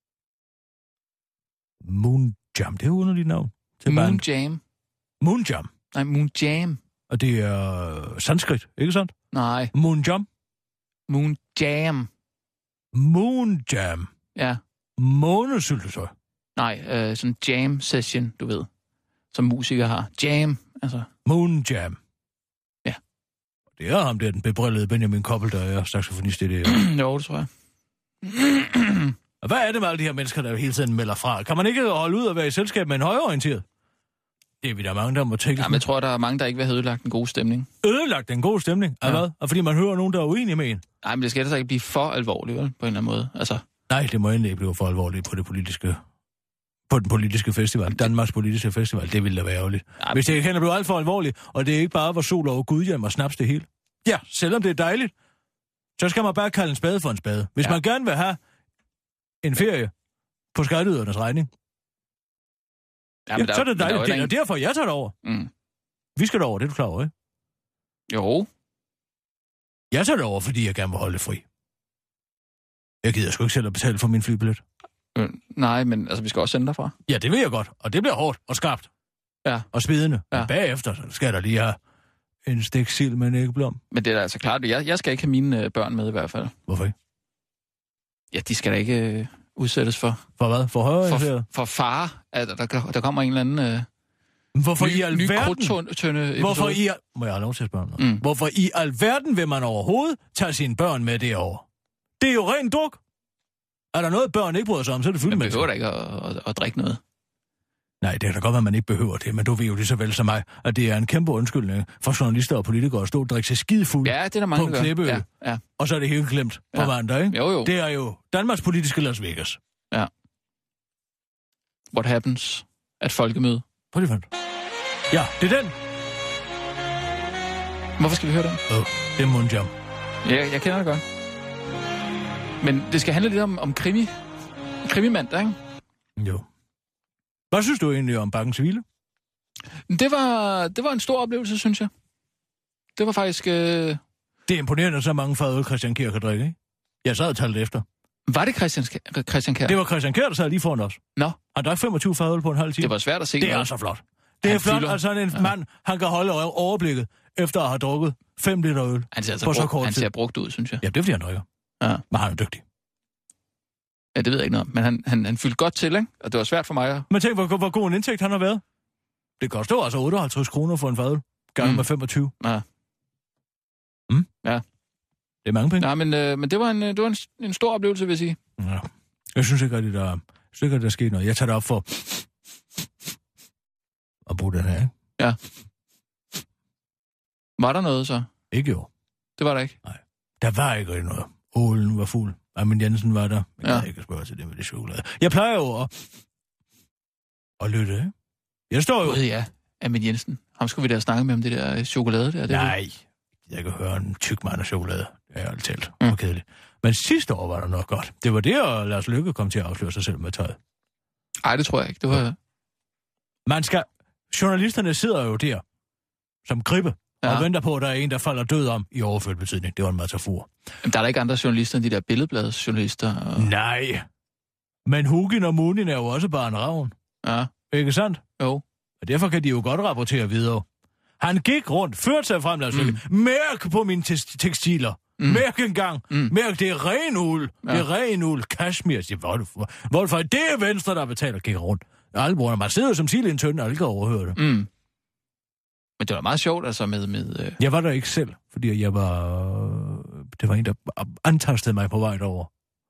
Moonjam, det er underligt navn.
Moonjam.
Moonjam.
Nej, Moonjam.
Og det er sanskrit, ikke sandt?
Nej.
Moonjam.
Moonjam.
Moonjam.
Ja.
Månesyltetøj.
Nej, sådan jam session, du ved. Som musikere har. Jam, altså.
Moonjam.
Ja.
Det er ham der, den bebrillede Benjamin Koppel, der er saxofonist i det.
Jo, det tror jeg.
Og hvad er det med alle de her mennesker, der hele tiden melder fra? Kan man ikke holde ud og være i selskab med en højreorienteret? Det er vi der mange, der må tænke.
Ja, men jeg tror, der er mange, der ikke vil have ødelagt en god stemning.
Ødelagt en god stemning? Ja. Hvad? Og fordi man hører nogen, der er uenige med en?
Nej, men det skal altså ikke blive for alvorligt, vel? På en eller anden måde. Altså.
Nej, det må endelig ikke blive for alvorligt på den politiske festival. Danmarks politiske festival. Det ville da være ærgerligt. Ja, hvis det kan blive alt for alvorligt, og det ikke bare var sol over Gudhjem og snaps det hele. Ja, selvom det er dejligt, så skal man bare kalde en spade for en spade. Hvis man gerne vil have en ferie på skatteydernes regning, så er det dejligt. Det er derfor, jeg tager det over. Mm. Vi skal derover, det er du klar over, ikke?
Jo.
Jeg tager derover, fordi jeg gerne vil holde fri. Jeg gider sgu ikke selv at betale for min flybillet.
Nej, men altså, vi skal også sende derfra.
Ja, det vil jeg godt, og det bliver hårdt og skarpt.
Ja.
Og svidende.
Ja.
Men bagefter så skal der lige have en stik sild med en æggeblom.
Men det er da altså klart, jeg skal ikke have mine børn med i hvert fald.
Hvorfor ikke?
Ja, de skal da ikke udsættes for...
For hvad? For højre?
For fare, at der kommer en eller anden...
Hvorfor i alverden?
Krudtønde
Hvorfor i... Må jeg have lov til at spørge noget? Hvorfor i alverden vil man overhovedet tage sine børn med derover? Det er jo ren druk. Er der noget, børn ikke bryder sig om, så er det fyldt med.
Man behøver da ikke at drikke noget.
Nej, det er da godt, at man ikke behøver det, men du ved jo lige så vel som mig, at det er en kæmpe undskyldning for journalister og politikere at stå og drikke sig skidefuld
ja, det er der mange,
på en klippeø. Ja. Og så er det helt glemt på vandre, ikke?
Jo.
Det er jo Danmarks politiske Las Vegas.
Ja. What happens at folkemøde?
Prøv lige fandt. Ja, det er den.
Hvorfor skal vi høre den?
Det er Mundjam.
Ja, jeg kender det godt. Men det skal handle lidt om krimimandag, ikke?
Jo. Hvad synes du egentlig om Bakkens Hvile?
Det var en stor oplevelse, synes jeg. Det var faktisk...
Det er imponerende, at så mange fadøl Christian Kjær kan drikke, ikke? Jeg sad og talte efter.
Var det Christian Kjær?
Det var Christian Kjær, der sad lige foran os.
Nå.
Han drak 25 fadøl på en halv time.
Det var svært at se.
Det er altså flot. Det er flot, at sådan en mand, han kan holde overblikket, efter at have drukket 5 liter øl.
Han ser brugt ud, synes jeg.
Ja, det er fordi, han drikker. Ja. Men han er dygtig.
Ja, det ved jeg ikke noget om. Men han fyldte godt til, ikke? Og det var svært for mig at...
Men tænk, hvor god en indtægt han har været. Det koster altså 58 kroner for en fadøl. Gange med 25.
Ja. Ja.
Det er mange penge.
Ja, men det var en stor oplevelse, vil jeg sige.
Ja. Jeg synes ikke, at der er sket noget. Jeg tager det op for at bruge den her, ikke?
Ja. Var der noget så?
Ikke jo.
Det var der ikke?
Nej. Der var ikke rigtig noget. Ålen var fuld. Armin Jensen var der. Men jeg havde ikke spørge til det med det chokolade. Jeg plejer jo at lytte, ikke? Jeg står jo...
God, ja. Armin Jensen. Ham skulle vi da snakke med om det der chokolade der.
Nej. Jeg kan høre en tyk mand af chokolade. Det er jo talt. Det var kedeligt. Men sidste år var der noget godt. Det var det, at Lars Løkke kom til at afsløre sig selv med tøjet.
Nej, det tror jeg ikke. Det var...
Man skal... Journalisterne sidder jo der som gribe og venter på, at der er en, der falder død om i overført betydning. Det var en metafor.
Men der er da ikke andre journalister end de der billedbladsjournalister? Og...
Nej. Men Hugin og Munin er jo også bare en ravn.
Ja.
Ikke sandt?
Jo.
Og derfor kan de jo godt rapportere videre. Han gik rundt, førte sig frem, Lars Løkke. Mærk på mine tekstiler. Mærk engang. Mærk, det er ren uld. Ja. Det er ren uld. Kashmir. Hvorfor? Det er Venstre, der betaler og kigger rundt. Alle brugerne. Man sidder som sild i en tønde, og alle kan overhøre det.
Men det var meget sjovt, altså med...
Jeg var der ikke selv, fordi jeg var... Det var en, der antastede mig på vej derover.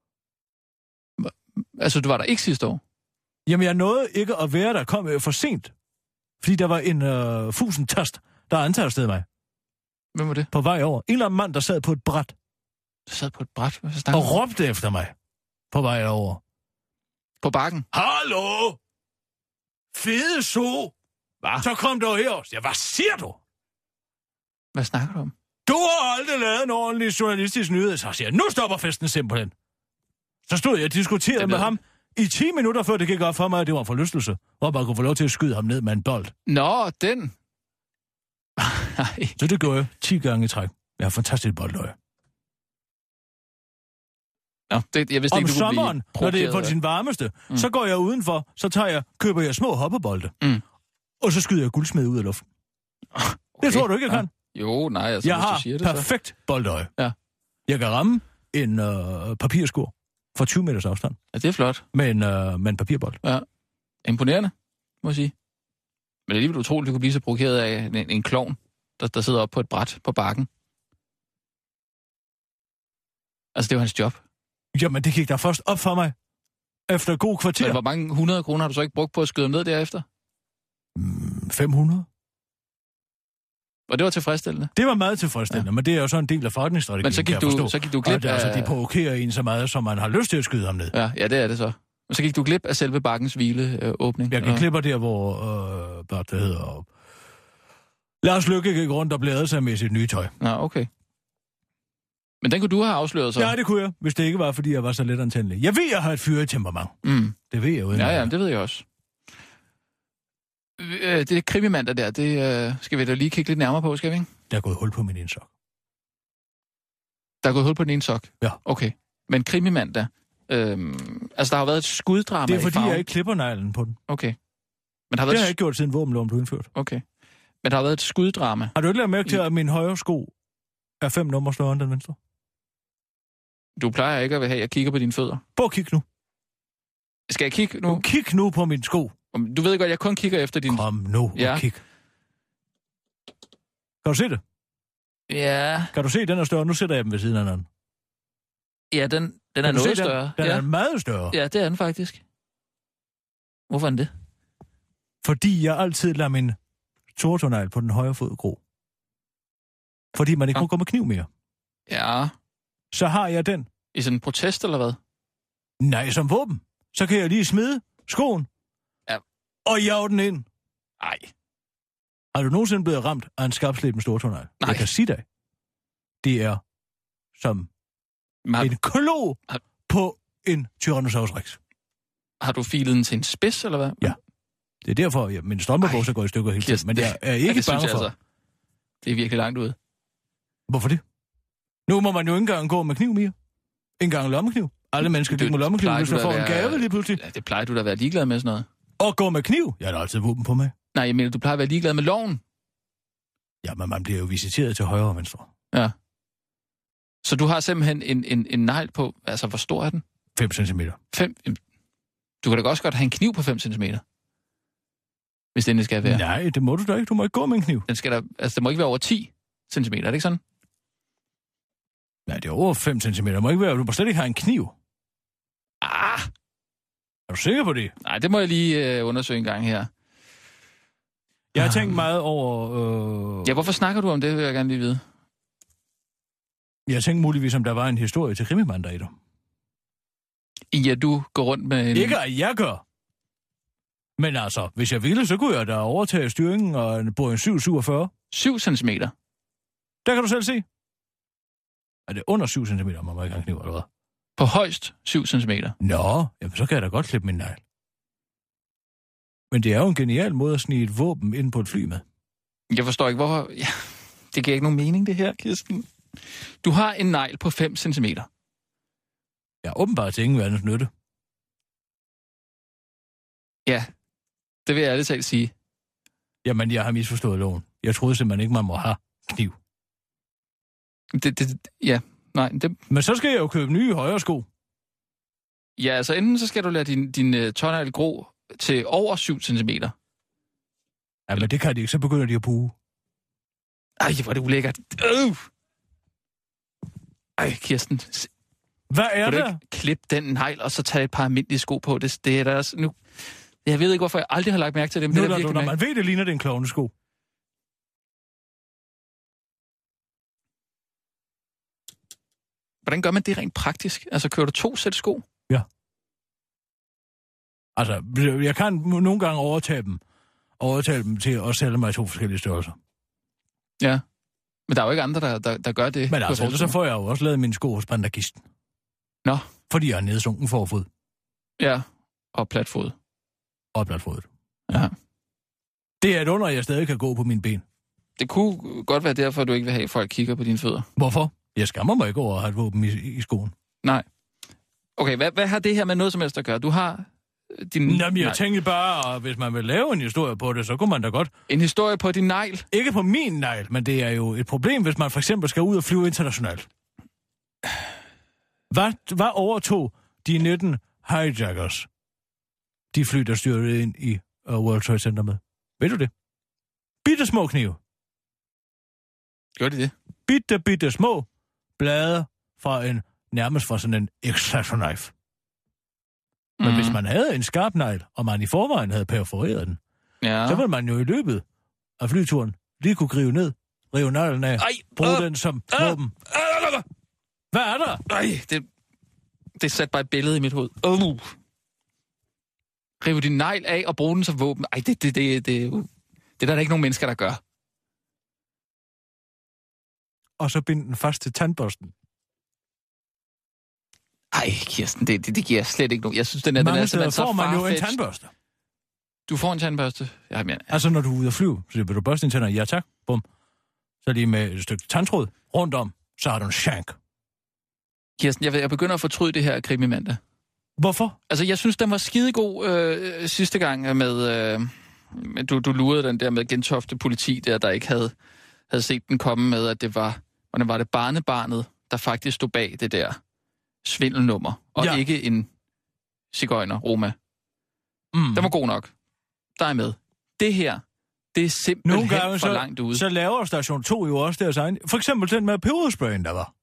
Altså, du var der ikke sidste år?
Jamen, jeg nåede ikke at være der. Kom for sent. Fordi der var en fusentast, der antastede mig.
Hvem var det?
På vej over. En eller anden mand, der sad på et bræt.
Der sad på et bræt?
Og råbte efter mig. På vej over.
På bakken?
Hallo! Fede so! Hvad? Så kom du her. Ja, hvad siger du?
Hvad snakker du om?
Du har aldrig lavet en ordentlig journalistisk nyhed. Så siger jeg, nu stopper festen simpelthen. Så stod jeg og diskuterede med ham i 10 minutter, før det gik op for mig, at det var en forlystelse. Hvor man kunne få lov til at skyde ham ned med en bold.
Nå, den.
Nej. Så det gjorde jeg 10 gange i træk. Jeg har fantastisk boldøje.
Ja, jeg vidste ikke, du
sommeren, når det er på sin varmeste, så går jeg udenfor, så køber jeg små hoppebolde. Og så skyder jeg guldsmed ud af luften. Okay. Det tror du ikke, jeg kan?
Jo, nej, altså,
jeg
hvis
har
du siger det,
perfekt boldøje.
Ja.
Jeg kan ramme en papirskur fra 20 meters afstand.
Ja, det er flot.
Med en papirbold.
Ja. Imponerende, må jeg sige. Men det er alligevel utroligt, at du kunne blive så provokeret af en klovn, der sidder oppe på et bræt på bakken. Altså, det var hans job.
Jamen, det gik der først op for mig. Efter god kvarter.
Men hvor mange 100 kroner har du så ikke brugt på at skyde ned derefter?
500.
Og det var tilfredsstillende?
Det var meget tilfredsstillende, men det er jo så en del af forretningsstrategien,
men så gik du glip af...
Altså, de provokerer en så meget, som man har lyst til at skyde ham ned.
Ja, det er det så. Og så gik du glip af selve bakkens hvileåbning.
Jeg gik glip af der, hvor... hvad det hedder... Lars Løkke gik rundt og bladrede sig med sit nye tøj.
Ja, okay. Men den kunne du have afsløret så?
Ja, det kunne jeg, hvis det ikke var, fordi jeg var så let antændelig. Jeg ved, jeg har et fyret temperament. Det ved jeg jo.
Ja, det ved jeg også. Det er krimimandag der, det skal vi da lige kigge lidt nærmere på, skal vi ikke?
Der er gået hul på min ene sok.
Der er gået hul på den ene sok?
Ja.
Okay. Men krimimandag, altså der har været et skuddrama i
Det er fordi,
Farum.
jeg ikke klipper neglen på den.
Okay. Men
det har jeg ikke gjort, siden våbenloven blev indført.
Okay. Men der har været et skuddrama.
Har du ikke lagt mærke til, at min højre sko er 5 numre større end den venstre?
Du plejer ikke at have, at jeg kigger på dine fødder.
Prøv at kigge nu.
Skal jeg kigge nu?
Kig nu på min sko.
Du ved godt, jeg kun kigger efter din...
Kom nu og kig. Kan du se det?
Ja.
Kan du se, den er større? Nu sætter jeg dem ved siden af hinanden.
Ja, den er noget større.
Den er meget større.
Ja, det er den faktisk. Hvorfor er den det?
Fordi jeg altid lader min tortånegl på den højre fod gro. Fordi man ikke må gå med kniv mere.
Ja.
Så har jeg den.
I sådan en protest, eller hvad?
Nej, som våben. Så kan jeg lige smide skoen.
Ja.
Og jage den ind.
Nej.
Har du nogensinde blevet ramt af en skarpsleben stortånegl?
Nej.
Jeg kan sige dig. Det er som en klo på en Tyrannosaurus Rex.
Har du filet den til en spids, eller hvad?
Ja. Det er derfor, min strømpebukser går i stykker hele tiden. Men jeg er ikke bange for. Altså,
det er virkelig langt ude.
Hvorfor det? Nu må man jo ikke engang gå med kniv mere. Ikke engang lommekniv. Alle mennesker gik med lommekniv, hvis du får en gave lige pludselig.
Ja, det plejer du da at være ligeglad med sådan noget.
Og gå med kniv? Jeg har da altid våben på mig.
Nej, jeg mener, du plejer at være ligeglad med loven.
Ja, men man bliver jo visiteret til højre og venstre.
Ja. Så du har simpelthen en negl på, altså hvor stor er den?
5 centimeter.
5? Du kan da også godt have en kniv på 5 centimeter. Hvis den skal være.
Nej, det må du da ikke. Du må ikke gå med en kniv.
Den skal da, altså det må ikke være over 10 centimeter, er det ikke sådan?
Nej, det er over 5 centimeter. Det må ikke være, du må slet ikke have en kniv.
Ah!
Er du sikker på det?
Nej, det må jeg lige undersøge en gang her.
Jeg har tænkt meget over...
Ja, hvorfor snakker du om det, vil jeg gerne lige vide.
Jeg har tænkt muligvis, om der var en historie til krimimandag i dig.
Ja, du går rundt med en...
Ikke at jeg gør. Men altså, hvis jeg ville, så kunne jeg da overtage styringen og en Boeing 747.
7 centimeter?
Der kan du selv se. Er det under 7 centimeter, man må ikke have kniv, eller hvad?
På højst 7 centimeter?
Nå, jamen så kan jeg da godt klippe min negl. Men det er jo en genial måde at snige et våben ind på et fly med.
Jeg forstår ikke, hvorfor... Ja, det giver ikke nogen mening, det her, Kirsten. Du har en negl på 5 centimeter.
Ja, åbenbart til ingen verdens nytte.
Ja, det vil jeg ærligt talt sige.
Jamen, jeg har misforstået loven. Jeg troede simpelthen ikke, man må have kniv. Men så skal jeg jo købe nye højre sko.
Ja, altså enten så skal du lade din tånegl gro til over 7 centimeter.
Ja, men det kan de ikke. Så begynder de at puge.
Ej, hvor er det ulækkert. Ej, Kirsten.
Hvad er det?
Kan du ikke klippe den negl, og så tage et par almindelige sko på? Det er der også nu. Jeg ved ikke, hvorfor jeg aldrig har lagt mærke til det. Men
nu,
det er virkelig
når man ved, det ligner det en klovnesko.
Hvordan gør man det rent praktisk? Altså, kører du 2 sæt sko?
Ja. Altså, jeg kan nogle gange overtale dem til at sælge mig i 2 forskellige størrelser.
Ja. Men der er jo ikke andre, der gør det.
Men altså, så får jeg jo også lavet mine sko hos bandagisten.
Nå.
Fordi jeg er nedsunken forfod.
Ja, og platfod.
Og platfodet.
Ja.
Det er et under, at jeg stadig kan gå på mine ben.
Det kunne godt være derfor, du ikke vil have, at folk kigger på dine fødder.
Hvorfor? Jeg skammer mig ikke over at have et våben i skoen.
Nej. Okay, hvad har det her med noget som helst at gøre? Du har din...
Jamen, jeg tænkte bare, hvis man vil lave en historie på det, så kunne man da godt...
En historie på din negl?
Ikke på min negl, men det er jo et problem, hvis man for eksempel skal ud og flyve internationalt. Hvad overtog de 19 hijackers? De fly, der styrtede ind i World Trade Center med. Ved du det? Bitte små knive.
Gjorde de det?
Bitte små blade nærmest fra sådan en extraction knife. Men hvis man havde en skarp negl, og man i forvejen havde perforeret den, så ville man jo i løbet af flyturen lige kunne rive neglen af, bruge den som våben. Hvad er der?
Det satte bare et billede i mit hoved. Rive din negl af og bruge den som våben. Ej, det er der ikke nogen mennesker, der gør.
Og så binde den fast til tandbørsten.
Ej, Kirsten, det giver slet ikke nogen. Jeg synes, den er
mange
simpelthen så
får man jo en
farfetched.
tandbørste.
Du får en tandbørste? Ja, men...
Altså, når du er ude at flyve, så vil du børste dine tænder, ja tak, bum. Så lige med et stykke tandtråd rundt om, så har du en shank.
Kirsten, jeg begynder at fortryde det her krimimandag.
Hvorfor?
Altså, jeg synes, den var skidegod sidste gang med du lurede den der med Gentofte politi, der ikke havde set den komme med, at det var barnebarnet, der faktisk stod bag det der svindelnummer, og ikke en sigøjner, Roma. Den var god nok. Der er med. Det her, det er simpelthen for langt ude.
Så laver Station 2 jo også deres egen. For eksempel den med pebersprayen, der var.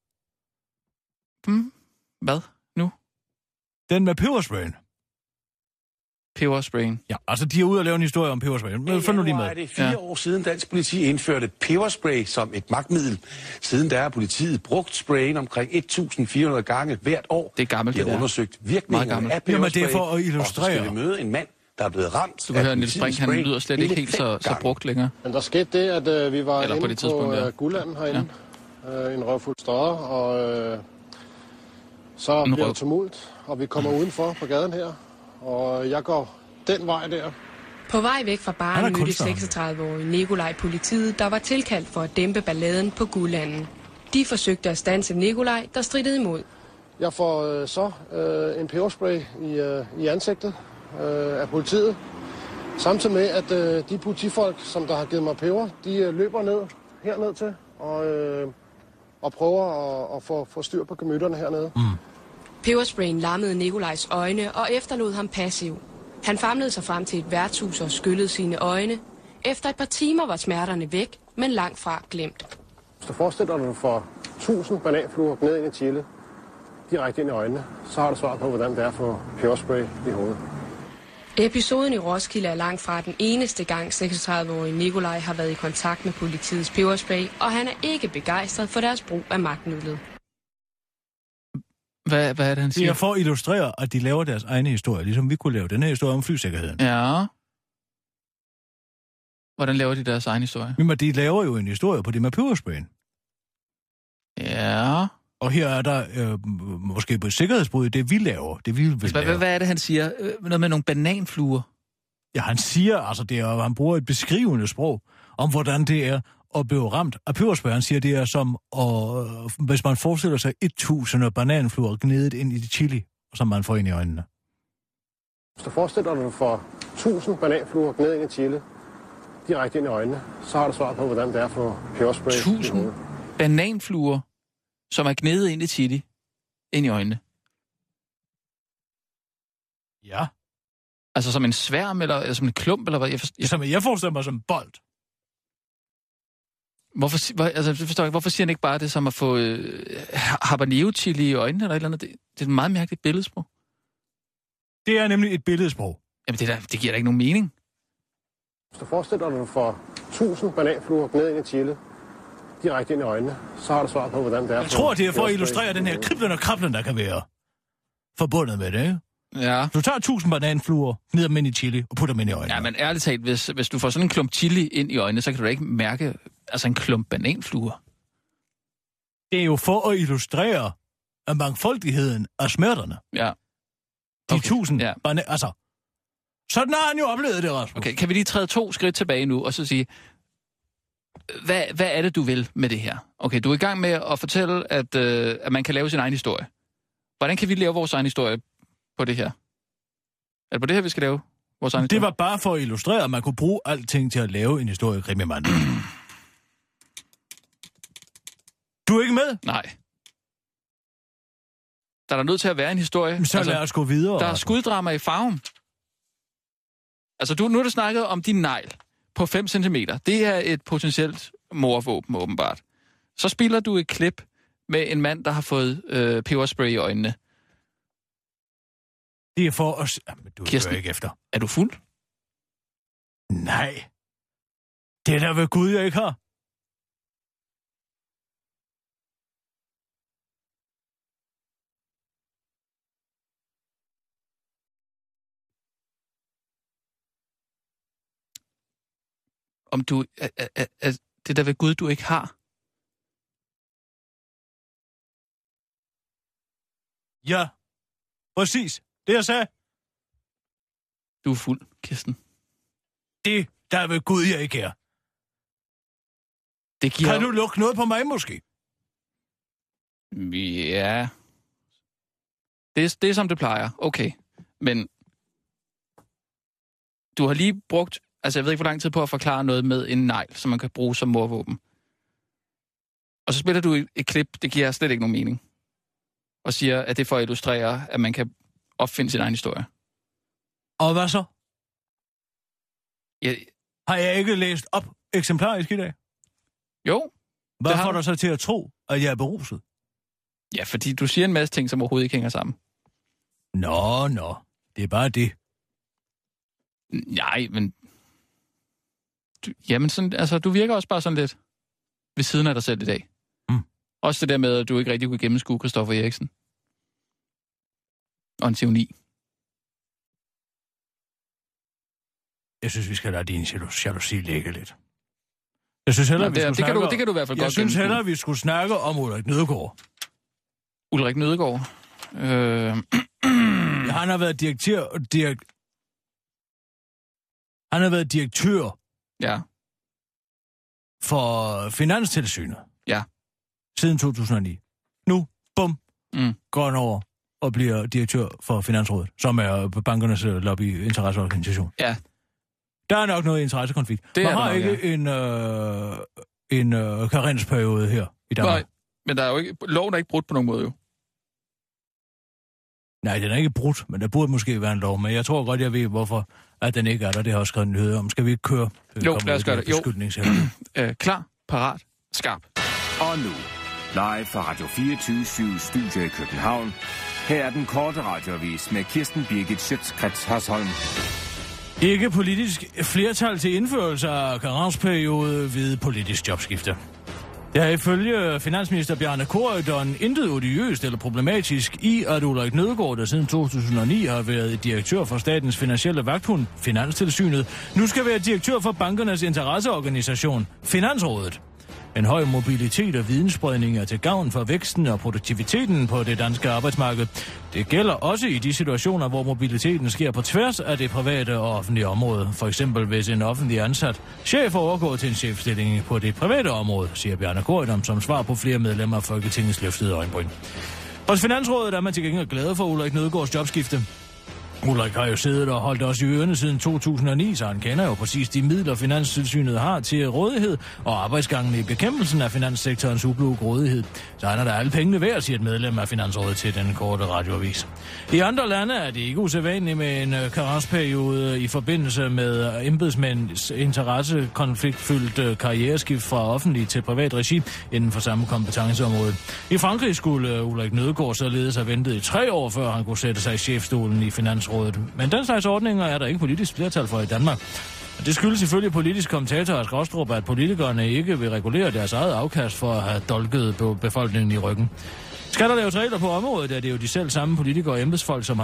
Hvad nu?
Den med pebersprayen.
Pebersprayen?
Ja, altså de er ude og lave en historie om pebersprayen. Men få nu lige med.
Det er 4 år siden dansk politi indførte peberspray som et magtmiddel. Siden der har politiet brugt sprayen omkring 1.400 gange hvert år.
Det er gammelt,
det der. De har undersøgt virkningen af peberspray.
Jamen det er for at illustrere.
Og så skal vi møde en mand, der er blevet ramt.
Du kan høre, Niels Brink, han lyder slet ikke helt så brugt længere.
Men der skete det, at vi var inde på Guldanden herinde. En røvfuld stræder, og så bliver der tumult, og vi kommer udenfor på gaden her, og jeg går den vej der.
På vej væk fra baren mødte 36-årige Nikolaj politiet, der var tilkaldt for at dæmpe balladen på Guldanden. De forsøgte at standse Nikolaj, der strittede imod.
Jeg får så en peberspray i ansigtet af politiet, samtidig med, at de politifolk, som der har givet mig peber, de løber herned til og prøver at få styr på gemytterne hernede.
Pebersprayen lammede Nikolajs øjne og efterlod ham passiv. Han famlede sig frem til et værtshus og skyllede sine øjne. Efter et par timer var smerterne væk, men langt fra glemt.
Hvis du forestiller dig, at du får 1000 bananfluer ned ind i Chile, direkte ind i øjnene, så har du svaret på, hvordan det er at få peberspray i hovedet.
Episoden i Roskilde er langt fra den eneste gang 36-årige Nikolaj har været i kontakt med politiets peberspray, og han er ikke begejstret for deres brug af magtmidlet.
Hvad er det, han siger?
Det er for at illustrere, at de laver deres egne historie, ligesom vi kunne lave den her historie om flysikkerheden.
Ja. Hvordan laver de deres egen historie?
Men de laver jo en historie på det med pebersprayen.
Ja.
Og her er der måske på sikkerhedsbrud, det vi laver, det vi vil lave.
Hvad er det, han siger? Noget med nogle bananfluer?
Ja, han siger, altså det er, han bruger et beskrivende sprog om, hvordan det er at blive ramt af peberspray. Han siger, det er som, hvis man forestiller sig 1000 bananfluer gnedet ind i det chili, som man får ind i øjnene.
Hvis du forestiller dig, at du får 1000 bananfluer gnedet ind i chili, direkte ind i øjnene, så har du svaret på, hvordan det er at få peberspray.
1000 bananfluer, som er gnedet ind i chili, ind i øjnene?
Ja.
Altså som en sværm, eller som en klump, eller hvad?
Jeg forestiller mig som en bold.
Hvorfor siger han ikke bare det som at få habanero-chili i øjnene, eller et eller andet? Det er et meget mærkeligt billedsprog.
Det er nemlig et billedsprog.
Jamen, det giver da ikke nogen mening.
Hvis du forestiller dig, at du får 1000 bananfluer gnedet ind i chili, direkte ind i øjnene, så har du svaret på, hvordan det er.
Jeg tror, det er for at illustrere den her kriblen og krablen, der kan være forbundet med det, ikke?
Ja.
Du tager 1000 bananfluer, gnider dem ind i chili og putter dem ind i øjnene.
Ja, men ærligt talt, hvis du får sådan en klump chili ind i øjnene, så kan du da ikke mærke en klump bananfluer.
Det er jo for at illustrere af mangfoldigheden af smerterne.
Ja.
Okay. De 1000 altså. Sådan har han jo oplevet det, Rasmus.
Okay, kan vi lige træde 2 skridt tilbage nu, og så sige, hvad er det, du vil med det her? Okay, du er i gang med at fortælle, at man kan lave sin egen historie. Hvordan kan vi lave vores egen historie på det her? Er det på det her, vi skal lave vores egen historie?
Det var bare for at illustrere, at man kunne bruge alting til at lave en historie, krimimand. Du er ikke med?
Nej. Der er nødt til at være en historie.
Så lad os gå videre.
Der er skuddrama i farven. Altså, nu har du snakket om din negl på 5 cm. Det er et potentielt mordvåben, åbenbart. Så spiller du et klip med en mand, der har fået peberspray i øjnene.
Det er for os. Jamen, du Kirsten, ikke efter.
Er du fuld?
Nej. Det er der ved Gud, jeg ikke har.
Om du... det der ved Gud, du ikke har?
Ja. Præcis. Det jeg sagde.
Du er fuld, Kirsten.
det, der ved Gud, jeg ikke er.
Det giver...
Kan du lukke noget på mig, måske?
Ja. Det er som det plejer. Okay. Men du har lige brugt... Altså, jeg ved ikke, hvor lang tid på at forklare noget med en negl, som man kan bruge som mordvåben. Og så spiller du et klip, det giver slet ikke nogen mening. Og siger, at det for at illustrere, at man kan opfinde sin egen historie.
Og hvad så?
Ja.
Har jeg ikke læst op eksemplarisk i dag?
Jo.
Hvad får du så til at tro, at jeg er beruset?
Ja, fordi du siger en masse ting, som overhovedet ikke hænger sammen.
Nå. Det er bare det.
Nej, men... Jamen, sådan, altså, du virker også bare sådan lidt ved siden af dig selv i dag. Også det der med, at du ikke rigtig kunne gennemskue Christoffer Eriksen. Og en teoni.
Jeg synes, vi skal lade din jalousi ligge lidt. Jeg synes hellere,
det kan du i hvert fald godt.
Jeg synes hellere, vi skulle snakke om Ulrik Nødgaard.
Ulrik Nødgaard?
Han har været Han har været direktør.
Ja.
For Finanstilsynet.
Ja.
Siden 2009. Nu, går han over og bliver direktør for Finansrådet, som er bankernes lobbyinteresseorganisation.
Ja.
Der er nok noget interessekonflikt.
Man
har ikke en karensperiode her i Danmark.
Nej, men der er jo ikke, loven er ikke brudt på nogen måde jo.
Nej, den er ikke brudt, men der burde måske være en lov. Men jeg tror godt, jeg ved, hvorfor at den ikke er der. Det har også skrevet nyheder om. Skal vi ikke køre?
Jo, lad os gøre det. Jo. Klar, parat, skarp.
Og nu, live fra Radio 24/7 Studio i København. Her er den korte radioavis med Kirsten Birgit Schøtz-Krets Hørsholm.
Ikke politisk flertal til indførelse af karensperiode ved politisk jobskifte. Der er ifølge finansminister Bjarne Corydon intet odiøst eller problematisk i, at Ulrik Nødgaard, der siden 2009 har været direktør for statens finansielle vagthund, Finanstilsynet, nu skal være direktør for bankernes interesseorganisation, Finansrådet. En høj mobilitet og vidensspredning er til gavn for væksten og produktiviteten på det danske arbejdsmarked. Det gælder også i de situationer, hvor mobiliteten sker på tværs af det private og offentlige område. For eksempel hvis en offentlig ansat chef overgår til en chefstilling på det private område, siger Bjarne Corydon som svar på flere medlemmer af Folketingets løftede øjenbryn. Hos Finansrådet er man til gengæld glad for Ulrik Nødgaards jobskifte. Ulrik har jo siddet og holdt os i ørene siden 2009, så han kender jo præcis de midler, Finanstilsynet har til rådighed og arbejdsgangen i bekæmpelsen af finanssektorens ublu grådighed. Så han er der alle pengene værd, siger et medlem af Finansrådet til den korte radioavis. I andre lande er det ikke usædvanligt med en karensperiode i forbindelse med embedsmænds interessekonfliktfyldt karriereskift fra offentlig til privat regi inden for samme kompetenceområde. I Frankrig skulle Ulrik Nødgaard således have ventet i 3 år, før han kunne sætte sig i chefstolen i Finansrådet. Men den slags ordninger er der ikke politisk flertal for i Danmark. Og det skyldes selvfølgelig politisk kommentator af Skråstrup, at politikerne ikke vil regulere deres eget afkast for at have dolket på befolkningen i ryggen. Skal der laves regler på området, er det jo de selv samme politikere og embedsfolk, som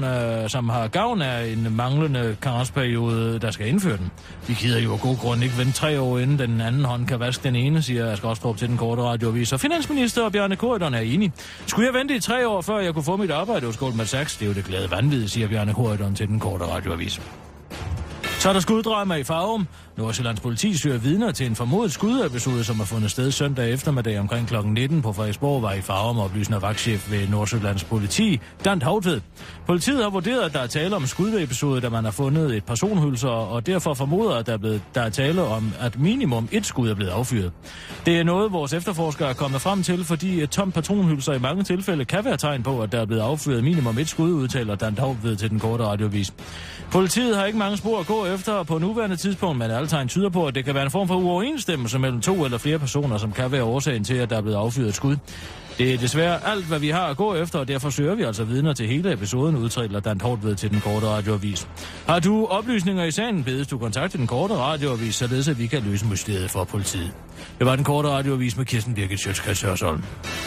har gavn af en manglende karensperiode, der skal indføre den. De gider jo af god grund ikke vente 3 år, inden den anden hånd kan vaske den ene, siger Skråstrup til den korte radioavis. Og finansminister og Bjarne Corydon er enige. Skulle jeg vente i 3 år, før jeg kunne få mit arbejde hos Goldman Sachs? Det er jo det glade vanvid, siger Bjarne Corydon til den korte radioavis. Så er der skuddrama i Farum. Nordsjællands politi søger vidner til en formodet skudepisode, som har fundet sted søndag eftermiddag omkring kl. 19 på Frederiksborg, var i Farum, oplyser vagtchef ved Nordsjællands politi, Dan Hovtved. Politiet har vurderet, at der er tale om skudepisode, da man har fundet et personhylser, og derfor formoder, at der er tale om, at minimum 1 skud er blevet affyret. Det er noget, vores efterforskere er kommet frem til, fordi et tomt patronhylser i mange tilfælde kan være tegn på, at der er blevet affyret minimum 1 skud, udtaler Dan Hovtved til den korte radioavis. Politiet har ikke mange spor at gå efter på nuværende tidspunkt, men alle tegn tyder på, at det kan være en form for uoverensstemmelse mellem 2 eller flere personer, som kan være årsagen til, at der er blevet affyret et skud. Det er desværre alt, hvad vi har at gå efter, og derfor søger vi altså vidner til hele episoden, udtaler Dan Hovtved til den korte radioavis. Har du oplysninger i sagen, bedes du kontakte den korte radioavis, således at vi kan løse mysteriet for politiet. Det var den korte radioavis med Kirsten Birgit Schøtz-Krets Hørsholm.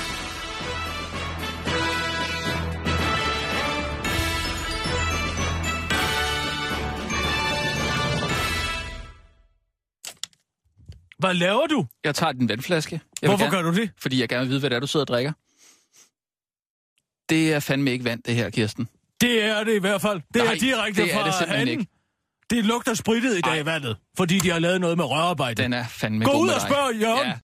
Hvad laver du?
Jeg tager din vandflaske.
Hvorfor gør du det?
Fordi jeg gerne vil vide, hvad det er, du sidder og drikker. Det er fandme ikke vand, det her, Kirsten.
Det er det i hvert fald. Det er direkte fra hanen. Det lugter spritet i dag i vandet, fordi de har lavet noget med rørarbejde.
Den er fandme
Gå
god
ud
med
og
dig.
spørg Jørgen.
Ja,